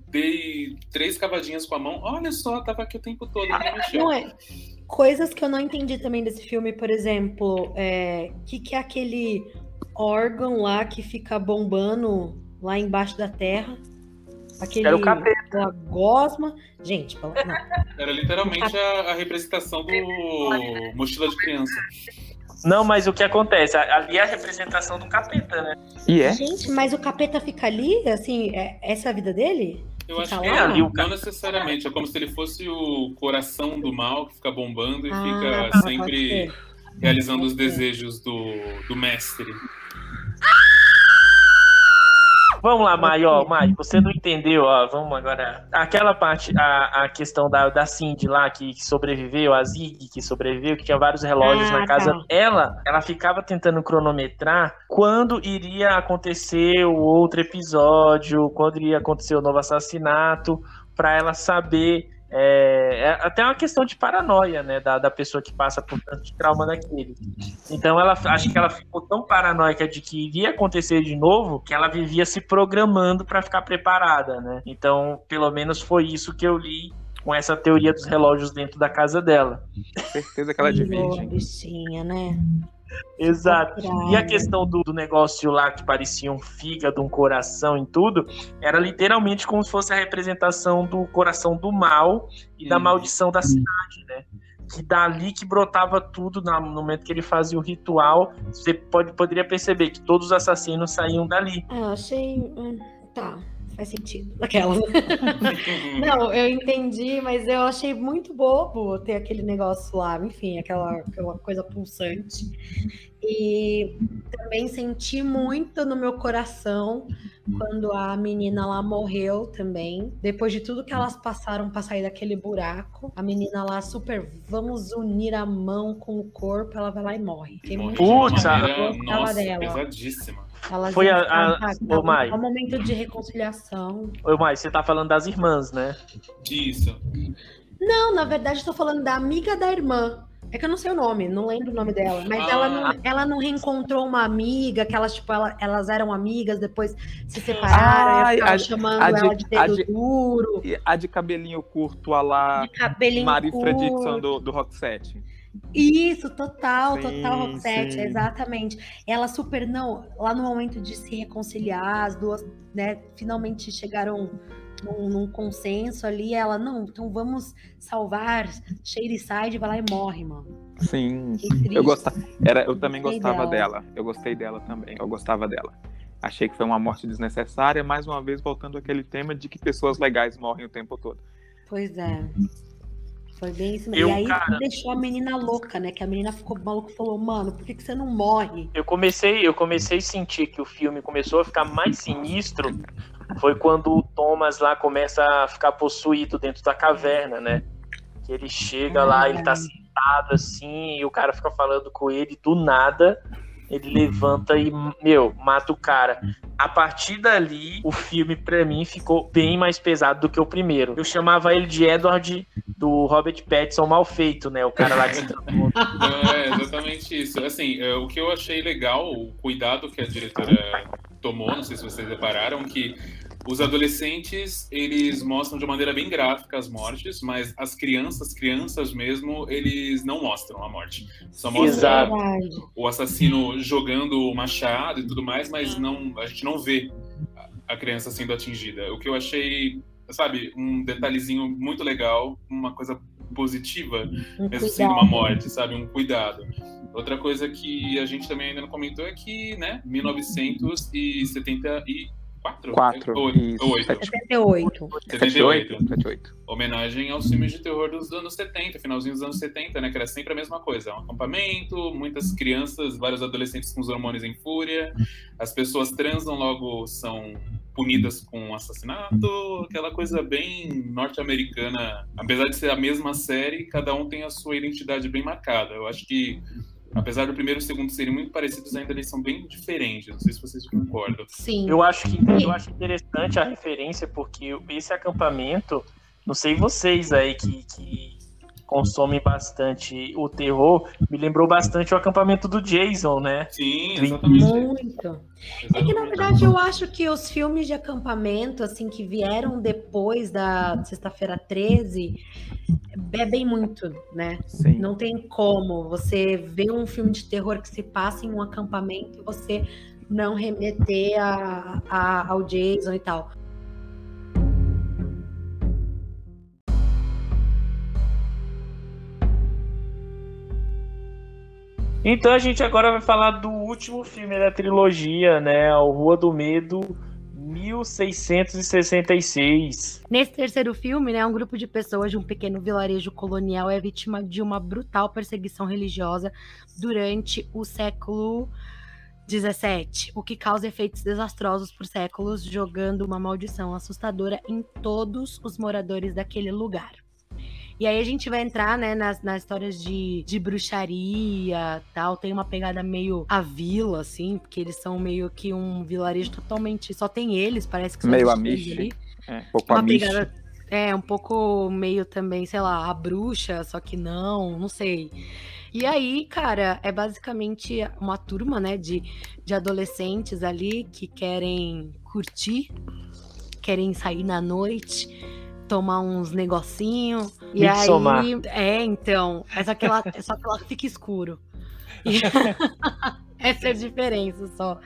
dei três cavadinhas com a mão. Olha só, tava aqui o tempo todo. Não mexeu. Não é. Coisas que eu não entendi também desse filme, por exemplo, é, que que é aquele órgão lá que fica bombando lá embaixo da terra? Aquele Era o capeta. a gosma. Gente, pelo- não. Era literalmente a, a representação do mochila de criança. Não, mas o que acontece? Ali é a representação do capeta, né? E é? Gente, mas o capeta fica ali? Assim, é- essa é a vida dele? Eu acho Fica que lá? É, ali o não necessariamente. É como se ele fosse o coração do mal que fica bombando e Ah, fica tá, sempre pode ser. realizando os Pode ser. desejos do, do mestre. Vamos lá, Mai, ó, Mai, você não entendeu, ó, vamos agora. Aquela parte, a, a questão da, da Cindy lá, que, que sobreviveu, a Zig que sobreviveu, que tinha vários relógios Ah, na casa, tá. ela, ela ficava tentando cronometrar quando iria acontecer o outro episódio, quando iria acontecer o novo assassinato, pra ela saber. É, é até uma questão de paranoia, né, da, da pessoa que passa por tanto de trauma daquele. Então ela, acho que ela ficou tão paranoica de que iria acontecer de novo, que ela vivia se programando para ficar preparada, né? Então, pelo menos foi isso que eu li com essa teoria dos relógios dentro da casa dela. Certeza que ela é de Virou a virgem. bichinha, né? Exato. Ficou E a pirada. questão do, do negócio lá que parecia um fígado, um coração em tudo, era literalmente como se fosse a representação do coração do mal e da Uhum. maldição da cidade, né? Que dali que brotava tudo na- no momento que ele fazia o ritual. Você pode, poderia perceber que todos os assassinos saíam dali. Ah, eu achei. hum, Tá, faz sentido. Aquelas. Não, eu entendi, mas eu achei muito bobo ter aquele negócio lá, enfim, aquela, aquela coisa pulsante. E também senti muito no meu coração quando a menina lá morreu também. Depois de tudo que elas passaram para sair daquele buraco, a menina lá super, vamos unir a mão com o corpo, ela vai lá e morre. Fiquei muito Putz, chateada, Era, eu gostava nossa, dela. pesadíssima. Elas Foi iam a- ficar, a- sabe, ô, Mai. é um momento de reconciliação. Ô, Mai, você tá falando das irmãs, né? Isso. Não, na verdade, estou falando da amiga da irmã. É que eu não sei o nome, não lembro o nome dela. Mas Ah. ela, não, ela não reencontrou uma amiga, que elas, tipo, ela- elas eram amigas, depois se separaram, Ai, eu ficava a- chamando a de- ela de a dedo de- duro, E a de cabelinho curto, a lá de cabelinho Mari curto. Fredrickson do, do Rock set. Isso, total, Sim, total Roxette, sim. exatamente. Ela super, não, lá no momento de se reconciliar, as duas, né, finalmente chegaram num, num consenso ali, ela, não, então vamos salvar Shadyside, vai lá e morre, mano. Sim. Que triste. Eu, gosta... Era, eu também Gostei gostava dela. dela. Eu gostei dela também. Eu gostava dela. Achei que foi uma morte desnecessária, mais uma vez voltando àquele tema de que pessoas legais morrem o tempo todo. Pois é. Foi bem isso Eu, mesmo. E aí cara- deixou a menina louca, né? Que a menina ficou maluca e falou, mano, por que, que você não morre? Eu comecei, eu comecei a sentir que o filme começou a ficar mais sinistro. Foi quando o Thomas lá começa a ficar possuído dentro da caverna, né? Que ele chega lá, ele tá sentado assim, e o cara fica falando com ele, do nada, ele levanta e, meu, mata o cara. A partir dali, o filme, pra mim, ficou bem mais pesado do que o primeiro. Eu chamava ele de Edward, do Robert Pattinson mal feito, né? O cara lá que se transformou. Não, é exatamente isso. Assim, é, o que eu achei legal, o cuidado que a diretora tomou, não sei se vocês repararam, que os adolescentes, eles mostram de maneira bem gráfica as mortes, mas as crianças, crianças mesmo, eles não mostram a morte. Só mostra Exato. Verdade. o assassino jogando o machado e tudo mais, mas não, a gente não vê a criança sendo atingida. O que eu achei, sabe, um detalhezinho muito legal, uma coisa positiva, Um mesmo sendo cuidado. uma morte, sabe, um cuidado. Outra coisa que a gente também ainda não comentou é que, né, mil novecentos e setenta e quatro? Quatro. Ou- Isso. ou oito. Sete- setenta e oito. setenta e oito. setenta e oito. Homenagem aos filmes de terror dos anos setenta, finalzinho dos anos setenta, né? Que era sempre a mesma coisa. Um acampamento, muitas crianças, vários adolescentes com os hormônios em fúria, as pessoas transam, logo são punidas com um assassinato, aquela coisa bem norte-americana. Apesar de ser a mesma série, cada um tem a sua identidade bem marcada. Eu acho que, apesar do primeiro e o segundo serem muito parecidos, ainda eles são bem diferentes. Não sei se vocês concordam. Sim. Eu acho que eu acho interessante a referência, porque esse acampamento, não sei vocês aí que, que consomem bastante o terror, me lembrou bastante o acampamento do Jason, né? Sim, exatamente. Muito. É que, na verdade, eu acho que os filmes de acampamento, assim, que vieram depois da Sexta-feira treze, bebem muito, né? Sim. Não tem como você ver um filme de terror que se passa em um acampamento e você não remeter a, a- ao Jason e tal. Então a gente agora vai falar do último filme da trilogia, né? O Rua do Medo, mil mil seiscentos e sessenta e seis. Nesse terceiro filme, né, um grupo de pessoas de um pequeno vilarejo colonial é vítima de uma brutal perseguição religiosa durante o século dezessete, o que causa efeitos desastrosos por séculos, jogando uma maldição assustadora em todos os moradores daquele lugar. E aí a gente vai entrar, né, nas, nas histórias de, de bruxaria, tal. Tem uma pegada meio a vila, assim, porque eles são meio que um vilarejo totalmente... Só tem eles, parece que são meio amish ali. É, um pouco uma amish. pegada, é, um pouco meio também, sei lá, a bruxa, só que não, não sei. E aí, cara, é basicamente uma turma, né, de, de adolescentes ali que querem curtir, querem sair na noite, tomar uns negocinhos. E Midsommar. aí, é, então, é só que ela, é só que ela fica escuro. E... essa é a diferença só.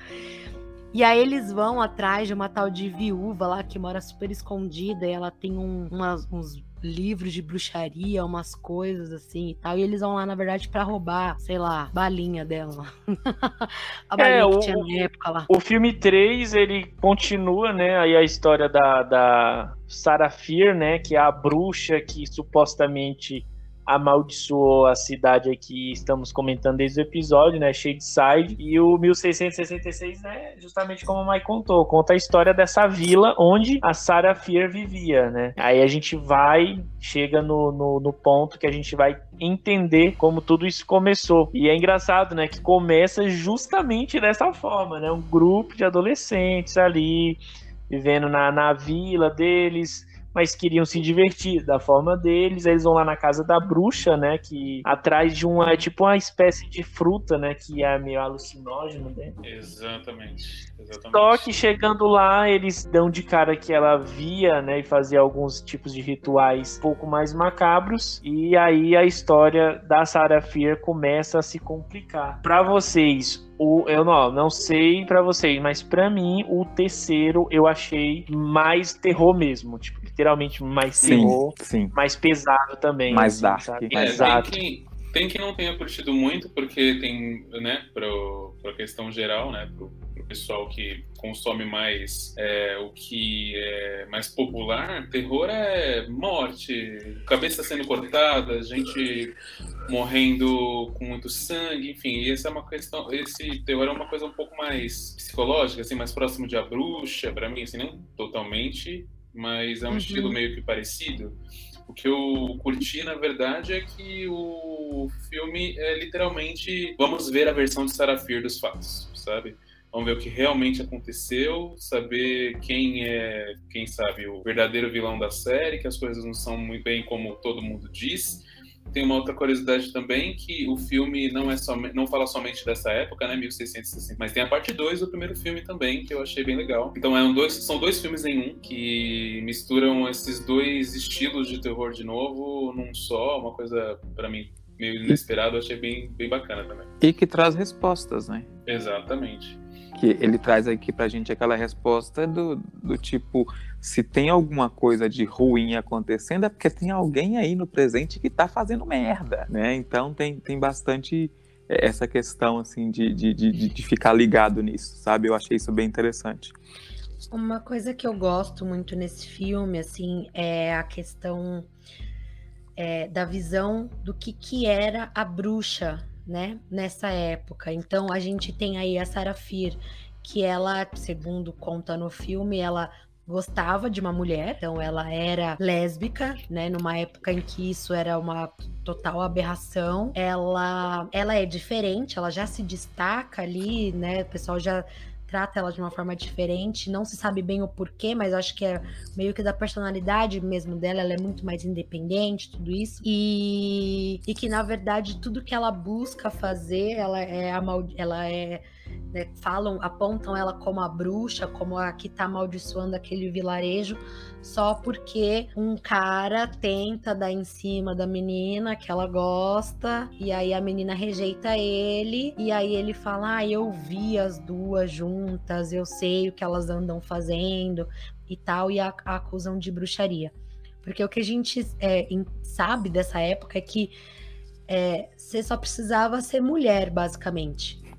E aí eles vão atrás de uma tal de viúva lá que mora super escondida e ela tem um, umas, uns livros de bruxaria, umas coisas assim e tal. E eles vão lá, na verdade, pra roubar, sei lá, balinha dela. A balinha É, que o- tinha na época lá. O filme três, ele continua, né, aí a história da, da Sarah Fier, né, que é a bruxa que supostamente amaldiçoou a cidade aqui, estamos comentando desde o episódio, né, Shadeside, e o mil seiscentos e sessenta e seis, né, justamente como a Mai contou, conta a história dessa vila onde a Sarah Fier vivia, né, aí a gente vai, chega no, no, no ponto que a gente vai entender como tudo isso começou, e é engraçado, né, que começa justamente dessa forma, né, um grupo de adolescentes ali, vivendo na, na vila deles, mas queriam se divertir da forma deles. Eles vão lá na casa da bruxa, né, que atrás de uma, é tipo uma espécie de fruta, né, que é meio alucinógeno, né. Exatamente. Exatamente. Só que chegando lá, eles dão de cara que ela via, né, e fazia alguns tipos de rituais um pouco mais macabros, e aí a história da Sarah Fier começa a se complicar. Pra vocês, o, eu não, não sei pra vocês, mas pra mim, o terceiro eu achei mais terror mesmo, tipo, literalmente mais Sim, terror, sim. mais pesado também. Mais assim, dark. sabe? É, Exato. tem que, tem que não tenha curtido muito, porque tem, né, pro, pra questão geral, né, pro, pro pessoal que consome mais é, o que é mais popular, terror é morte, cabeça sendo cortada, gente morrendo com muito sangue, enfim, e essa é uma questão, esse terror é uma coisa um pouco mais psicológica, assim, mais próximo de A Bruxa, pra mim, assim, não totalmente, mas é um Uhum. estilo meio que parecido. O que eu curti, na verdade, é que o filme é literalmente vamos ver a versão de Sarah Fier dos fatos, sabe? Vamos ver o que realmente aconteceu, saber quem é, quem sabe, o verdadeiro vilão da série, que as coisas não são muito bem como todo mundo diz. Tem uma outra curiosidade também, que o filme não, é somente, não fala somente dessa época, né, mil seiscentos e sessenta, mas tem a parte dois do primeiro filme também, que eu achei bem legal. Então é um dois, são dois filmes em um, que misturam esses dois estilos de terror de novo num só, uma coisa, pra mim, meio inesperada, eu achei bem, bem bacana também. E que traz respostas, né? Exatamente. Que ele traz aqui pra gente aquela resposta do, do tipo, se tem alguma coisa de ruim acontecendo é porque tem alguém aí no presente que tá fazendo merda, né? Então tem, tem bastante essa questão, assim, de, de, de, de ficar ligado nisso, sabe? Eu achei isso bem interessante. Uma coisa que eu gosto muito nesse filme, assim, é a questão é, da visão do que, que era a bruxa, né, nessa época. Então a gente tem aí a Sarah Fier, que ela, segundo conta no filme, ela gostava de uma mulher, então ela era lésbica, né, numa época em que isso era uma total aberração. Ela, ela é diferente, ela já se destaca ali, né, o pessoal já trata ela de uma forma diferente, não se sabe bem o porquê, mas acho que é meio que da personalidade mesmo dela, ela é muito mais independente, tudo isso, e, e que na verdade tudo que ela busca fazer, ela é, amal... ela é né, falam, apontam ela como a bruxa, como a que tá amaldiçoando aquele vilarejo, só porque um cara tenta dar em cima da menina que ela gosta, e aí a menina rejeita ele, e aí ele fala, ah, eu vi as duas juntas, eu sei o que elas andam fazendo e tal, e a, a acusam de bruxaria. Porque o que a gente é, em, sabe dessa época é que é, você só precisava ser mulher, basicamente.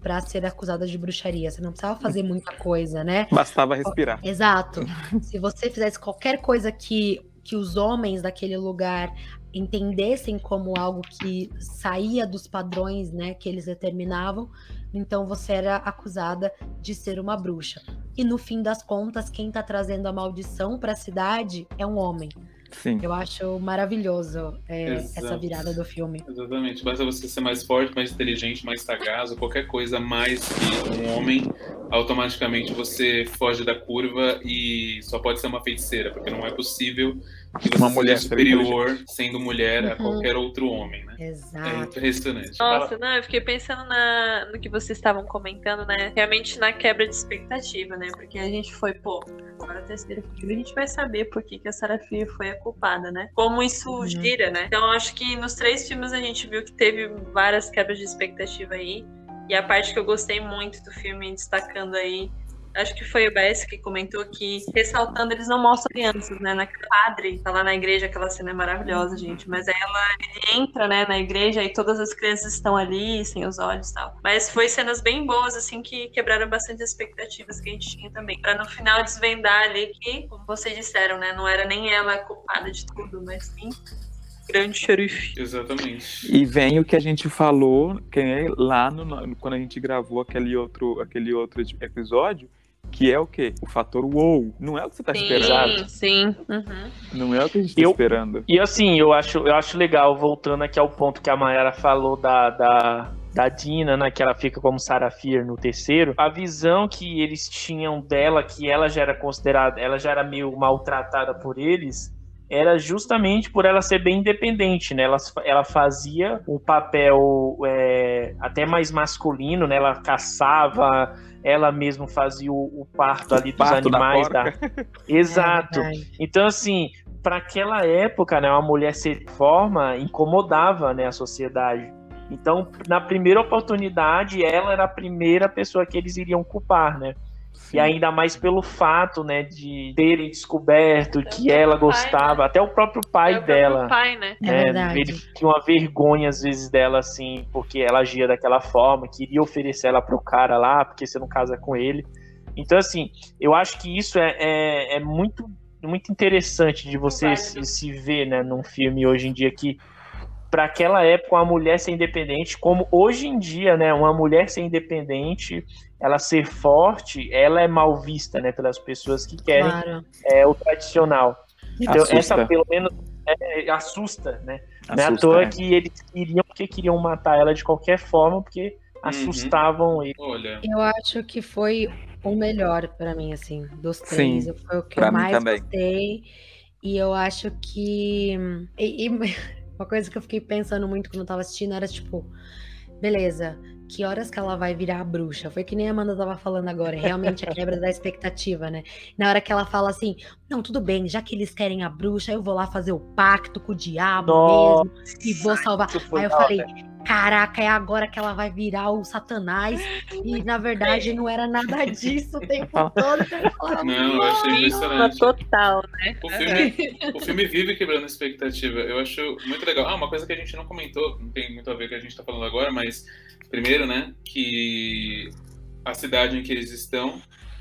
para ser acusada de bruxaria. Você não precisava fazer muita coisa, né? Bastava respirar. Exato. Se você fizesse qualquer coisa que, que os homens daquele lugar entendessem como algo que saía dos padrões, né, que eles determinavam, então você era acusada de ser uma bruxa. E no fim das contas, quem está trazendo a maldição para a cidade é um homem. Sim. Eu acho maravilhoso é, essa virada do filme. Exatamente. Basta você ser mais forte, mais inteligente, mais sagaz, ou qualquer coisa mais que um homem, automaticamente você foge da curva e só pode ser uma feiticeira, porque não é possível que você Uma seja mulher superior sendo mulher a Uhum. qualquer outro homem, né? É Exato. impressionante. Nossa, não, eu fiquei pensando na, no que vocês estavam comentando, né? Realmente na quebra de expectativa, né? Porque a gente foi, pô, agora a terceira filme, a gente vai saber por que, que a Sarafia foi a culpada, né? Como isso Uhum. gira, né? Então, eu acho que nos três filmes a gente viu que teve várias quebras de expectativa aí. E a parte que eu gostei muito do filme, destacando aí, acho que foi o Bess que comentou que, ressaltando, eles não mostram crianças, né? Naquele padre, tá lá na igreja, aquela cena é maravilhosa, gente. Mas aí ela ele entra, né, na igreja e todas as crianças estão ali, sem os olhos e tal. Mas foi cenas bem boas, assim, que quebraram bastante as expectativas que a gente tinha também. Pra no final desvendar ali que, como vocês disseram, né, não era nem ela a culpada de tudo, mas sim grande xerife. Exatamente. E vem o que a gente falou que é lá no, quando a gente gravou aquele outro, aquele outro episódio, que é o quê? O fator wow. Não é o que você tá Sim, esperando. sim. Uhum. Não é o que a gente tá Eu- esperando. E assim, eu acho, eu acho legal, voltando aqui ao ponto que a Mayara falou da, da, da Dina, né, que ela fica como Sarafir no terceiro, a visão que eles tinham dela, que ela já era considerada, ela já era meio maltratada por eles, era justamente por ela ser bem independente, né? Ela, ela fazia um papel é, até mais masculino, né? Ela caçava, ela mesma fazia o, o parto ali dos Parto da animais. Da porca. Exato. É verdade. Então, assim, para aquela época, né, uma mulher ser de forma incomodava, né, a sociedade. Então, na primeira oportunidade, ela era a primeira pessoa que eles iriam culpar, né? E ainda mais pelo fato, né, de terem descoberto Até que o ela próprio pai, gostava, até o próprio pai É o próprio dela. pai, né? É né, verdade. ele tinha uma vergonha às vezes dela, assim, porque ela agia daquela forma, queria oferecer ela pro cara lá, porque você não casa com ele. Então, assim, eu acho que isso é, é, é muito, muito interessante de você se, se ver, né, num filme hoje em dia que, para aquela época, uma mulher ser independente, como hoje em dia, né, uma mulher ser independente, ela ser forte, ela é mal vista, né, pelas pessoas que querem Claro. é, o tradicional. Então, Assusta. essa pelo menos é, assusta, né? Não é à Assusta, toa é. que eles queriam, porque queriam matar ela de qualquer forma, porque assustavam ele. Olha, Eu acho que foi o melhor pra mim, assim, dos três. Sim, Foi o que pra eu mim mais também. gostei. E eu acho que. E, e uma coisa que eu fiquei pensando muito quando eu tava assistindo era tipo, beleza, que horas que ela vai virar a bruxa? Foi que nem a Amanda tava falando agora, realmente a quebra da expectativa, né? Na hora que ela fala assim, não, tudo bem, já que eles querem a bruxa, eu vou lá fazer o pacto com o diabo Nossa, mesmo e vou salvar. isso foi Aí eu da hora. falei, caraca, é agora que ela vai virar o Satanás. E na verdade não era nada disso o tempo todo. que eu falava, não, eu achei Uma impressionante. total, né? O filme, o filme vive quebrando expectativa. Eu acho muito legal. Ah, uma coisa que a gente não comentou, não tem muito a ver com o que a gente tá falando agora, mas primeiro, né, que a cidade em que eles estão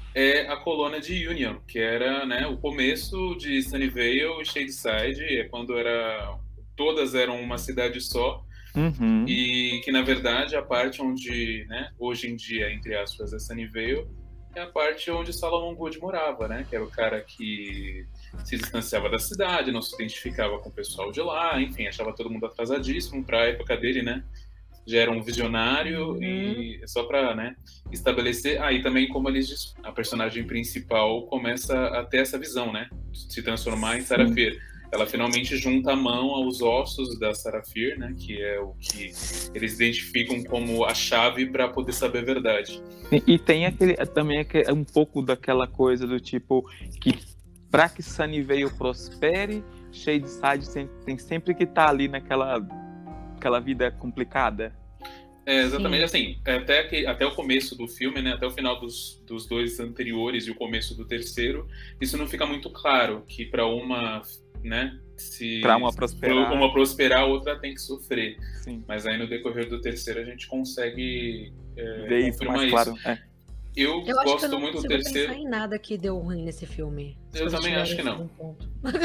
é a colônia de Union, que era, né, o começo de Sunnyvale e Shadyside, é quando era todas eram uma cidade só. Uhum. E que, na verdade, a parte onde, né, hoje em dia, entre aspas, é Sunnyvale, é a parte onde Solomon Good morava, né? Que era o cara que se distanciava da cidade, não se identificava com o pessoal de lá, enfim, achava todo mundo atrasadíssimo para a época dele, né? Já era um visionário Uhum. e só para, né, estabelecer... Ah, e também como eles... A personagem principal começa a ter essa visão, né? Se transformar em Sarafir. Ela finalmente junta a mão aos ossos da Sarafir, né? Que é o que eles identificam como a chave para poder saber a verdade. E, e tem aquele, também aquele, um pouco daquela coisa do tipo que para que Sunnyvale prospere, Shadyside tem, tem sempre que estar ali naquela aquela vida complicada. É, exatamente, assim, até, que, até o começo do filme, né, até o final dos, dos dois anteriores e o começo do terceiro, isso não fica muito claro, que para uma, né, se Pra uma prosperar. uma prosperar, a outra tem que sofrer. Sim. Mas aí no decorrer do terceiro a gente consegue é, Ver isso confirmar mais isso. claro. É. Eu, Eu acho que eu gosto não muito do consigo terceiro. pensar em nada que deu ruim nesse filme. Eu Se também tiver acho que esse não. um ponto.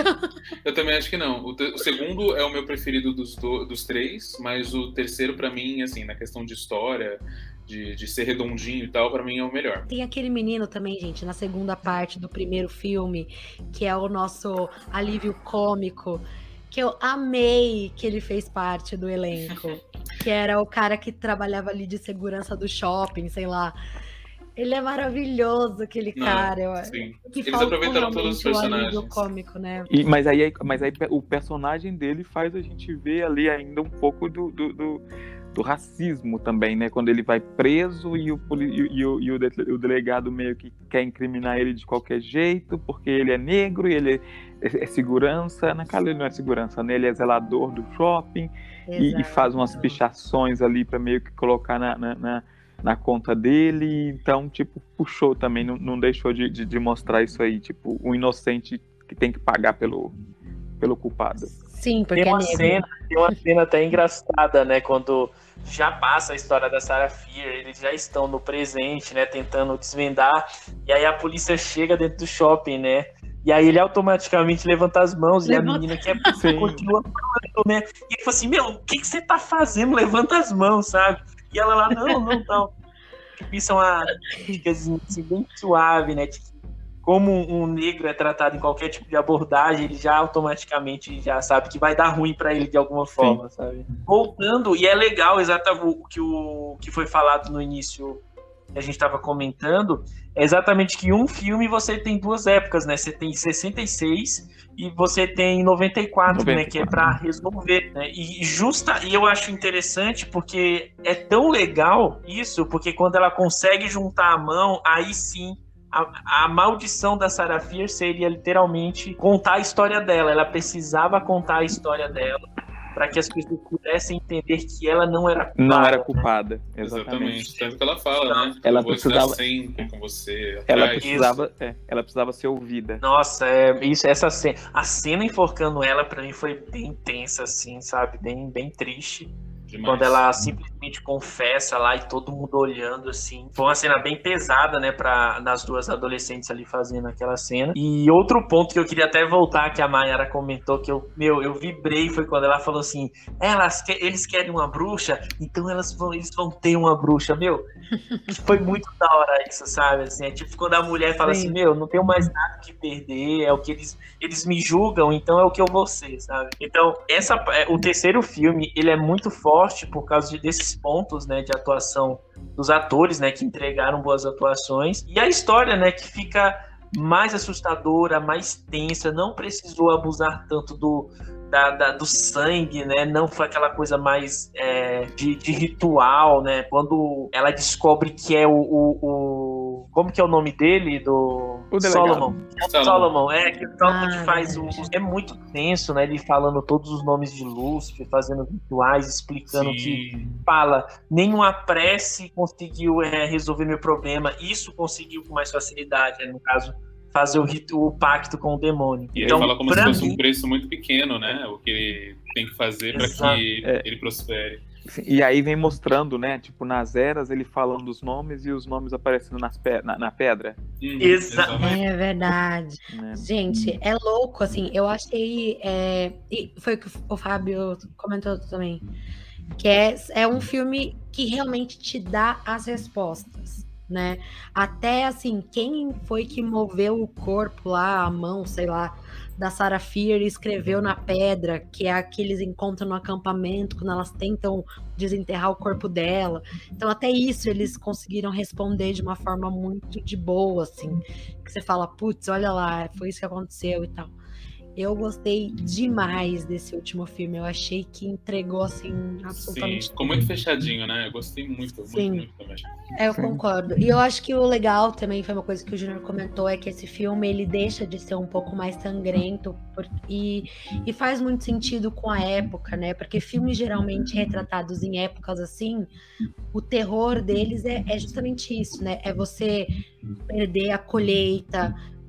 Eu também acho que não. O, te- o segundo é o meu preferido dos, do- dos três, mas o terceiro, pra mim, assim, na questão de história, de, de ser redondinho e tal, pra mim é o melhor. Tem aquele menino também, gente, na segunda parte do primeiro filme, que é o nosso alívio cômico, que eu amei que ele fez parte do elenco. Que era o cara que trabalhava ali de segurança do shopping, sei lá. Ele é maravilhoso, aquele Não, cara. Eu, sim. que Eles faltou aproveitaram todos os realmente o alívio personagens. cômico, né? E, mas aí, mas aí o personagem dele faz a gente ver ali ainda um pouco do, do, do, do racismo também, né? Quando ele vai preso e o, poli- e, o, e o, de- o delegado meio que quer incriminar ele de qualquer jeito, porque ele é negro e ele é, é segurança. Na casa ele não é segurança, né? Ele é zelador do shopping e, e faz umas pichações ali para meio que colocar na, na, na, na conta dele. Então, tipo, puxou também, não, não deixou de, de, de mostrar isso aí, tipo, o inocente que tem que pagar pelo, pelo culpado. Sim, porque Tem uma, é negro. cena, tem uma cena até engraçada, né? Quando já passa a história da Sarah Fier, eles já estão no presente, né? Tentando desvendar. E aí a polícia chega dentro do shopping, né? E aí ele automaticamente levanta as mãos Levanta. e a menina que é Sim. continua falando, né? E ele fala assim, meu, o que, que você tá fazendo? Levanta as mãos, sabe? E ela lá, não, não, não. Isso é uma crítica assim, bem suave, né? Tipo, como um negro é tratado em qualquer tipo de abordagem, ele já automaticamente já sabe que vai dar ruim pra ele de alguma forma, sabe? Voltando, e é legal exatamente o que, o que foi falado no início, que a gente estava comentando, é exatamente que um filme você tem duas épocas, né? Você tem sessenta e seis e você tem noventa e quatro, noventa e quatro. né? Que é pra resolver, né? E, justa, e eu acho interessante porque é tão legal isso, porque quando ela consegue juntar a mão, aí sim A, a maldição da Sarah Fier seria literalmente contar a história dela. Ela precisava contar a história dela para que as pessoas pudessem entender que ela não era culpada. Não era né? culpada, Exatamente. exatamente. Tanto que ela fala, né? Ela Eu vou precisava- estar sempre com você. Ela atrás. precisava, é, ela precisava ser ouvida. Nossa, é, isso, essa cena, a cena enforcando ela para mim foi bem tensa, assim, sabe? Bem, bem triste. Demais. Quando ela simplesmente confessa lá e todo mundo olhando, assim. Foi uma cena bem pesada, né, pra, nas duas adolescentes ali fazendo aquela cena. E outro ponto que eu queria até voltar, que a Mayara comentou, que eu, meu, eu vibrei, foi quando ela falou assim, elas, que- eles querem uma bruxa, então elas vão, eles vão ter uma bruxa, meu. Foi muito da hora isso, sabe? Assim, é tipo quando a mulher fala Sim. assim, meu, não tenho mais nada que perder, é o que eles, eles me julgam, então é o que eu vou ser, sabe? Então, essa, é, o terceiro filme, ele é muito forte por causa de, desses pontos, né, de atuação dos atores, né, que entregaram boas atuações, e a história, né, que fica mais assustadora, mais tensa, não precisou abusar tanto do, da, da- do sangue, né, não foi aquela coisa mais é, de, de ritual, né, quando ela descobre que é o, o, o- como que é o nome dele, do O delegado. Solomon, Solomon. Solomon, é, que o Solomon Ah, que faz o. verdade. É muito tenso, né? Ele falando todos os nomes de Lúcifer, fazendo rituais, explicando que Sim. fala, nenhuma prece conseguiu é, resolver meu problema. Isso conseguiu com mais facilidade, né? No caso, fazer o, ritu- o pacto com o demônio. E então, ele fala como se pra fosse mim, um preço muito pequeno, né? O que ele tem que fazer para Exato. que É. ele prospere. Sim, e aí vem mostrando, né? Tipo, nas eras ele falando os nomes e os nomes aparecendo nas pe- na, na pedra. Uhum, Exa- exatamente. É verdade. Né? Gente, é louco, assim, eu achei, é, e foi o que o Fábio comentou também, que é, é um filme que realmente te dá as respostas, né? Até, assim, quem foi que moveu o corpo lá, a mão, sei lá, da Sarah Fier e escreveu na pedra, que é a que eles encontram no acampamento, quando elas tentam desenterrar o corpo dela. Então, até isso eles conseguiram responder de uma forma muito de boa, assim, que você fala, putz, olha lá, foi isso que aconteceu e tal. Eu gostei demais desse último filme. Eu achei que entregou, assim, Sim, absolutamente ficou muito fechadinho, né? Eu gostei muito, Sim. muito, muito também. É, eu Sim. concordo. E eu acho que o legal também foi uma coisa que o Júnior comentou, é que esse filme ele deixa de ser um pouco mais sangrento por- e, e faz muito sentido com a época, né? Porque filmes geralmente retratados em épocas assim, o terror deles é, é justamente isso, né? É você perder a colheita,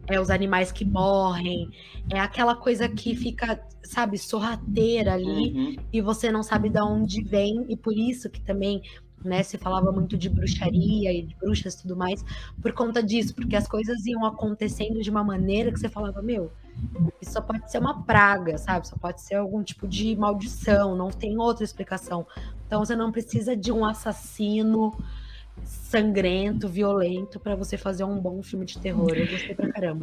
é os animais que morrem, é aquela coisa que fica, sabe, sorrateira ali, Uhum. e você não sabe de onde vem, e por isso que também, né, se falava muito de bruxaria e de bruxas e tudo mais, por conta disso, porque as coisas iam acontecendo de uma maneira que você falava, meu, isso só pode ser uma praga, sabe? Só pode ser algum tipo de maldição, não tem outra explicação. Então você não precisa de um assassino sangrento, violento, pra você fazer um bom filme de terror. Eu gostei pra caramba.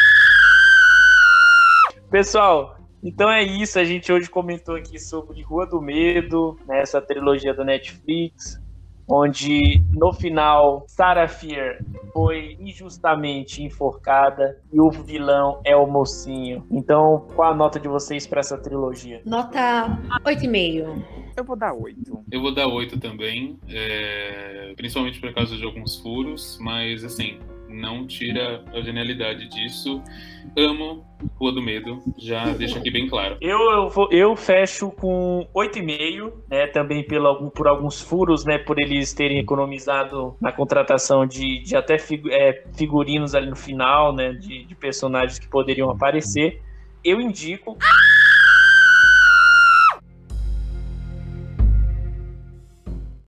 Pessoal, então é isso. A gente hoje comentou aqui sobre Rua do Medo, né, essa trilogia do Netflix, onde no final Sarah Fier foi injustamente enforcada e o vilão é o mocinho. Então, qual a nota de vocês para essa trilogia? Nota oito e meio. Eu vou dar oito. Eu vou dar oito também, é, principalmente por causa de alguns furos, mas assim, não tira a genialidade disso. Amo Rua do Medo, já deixo aqui bem claro. Eu, eu, vou, eu fecho com oito e meio, né, também pelo, por alguns furos, né, por eles terem economizado na contratação de, de até figu, é, figurinos ali no final, né, de, de personagens que poderiam aparecer. Eu indico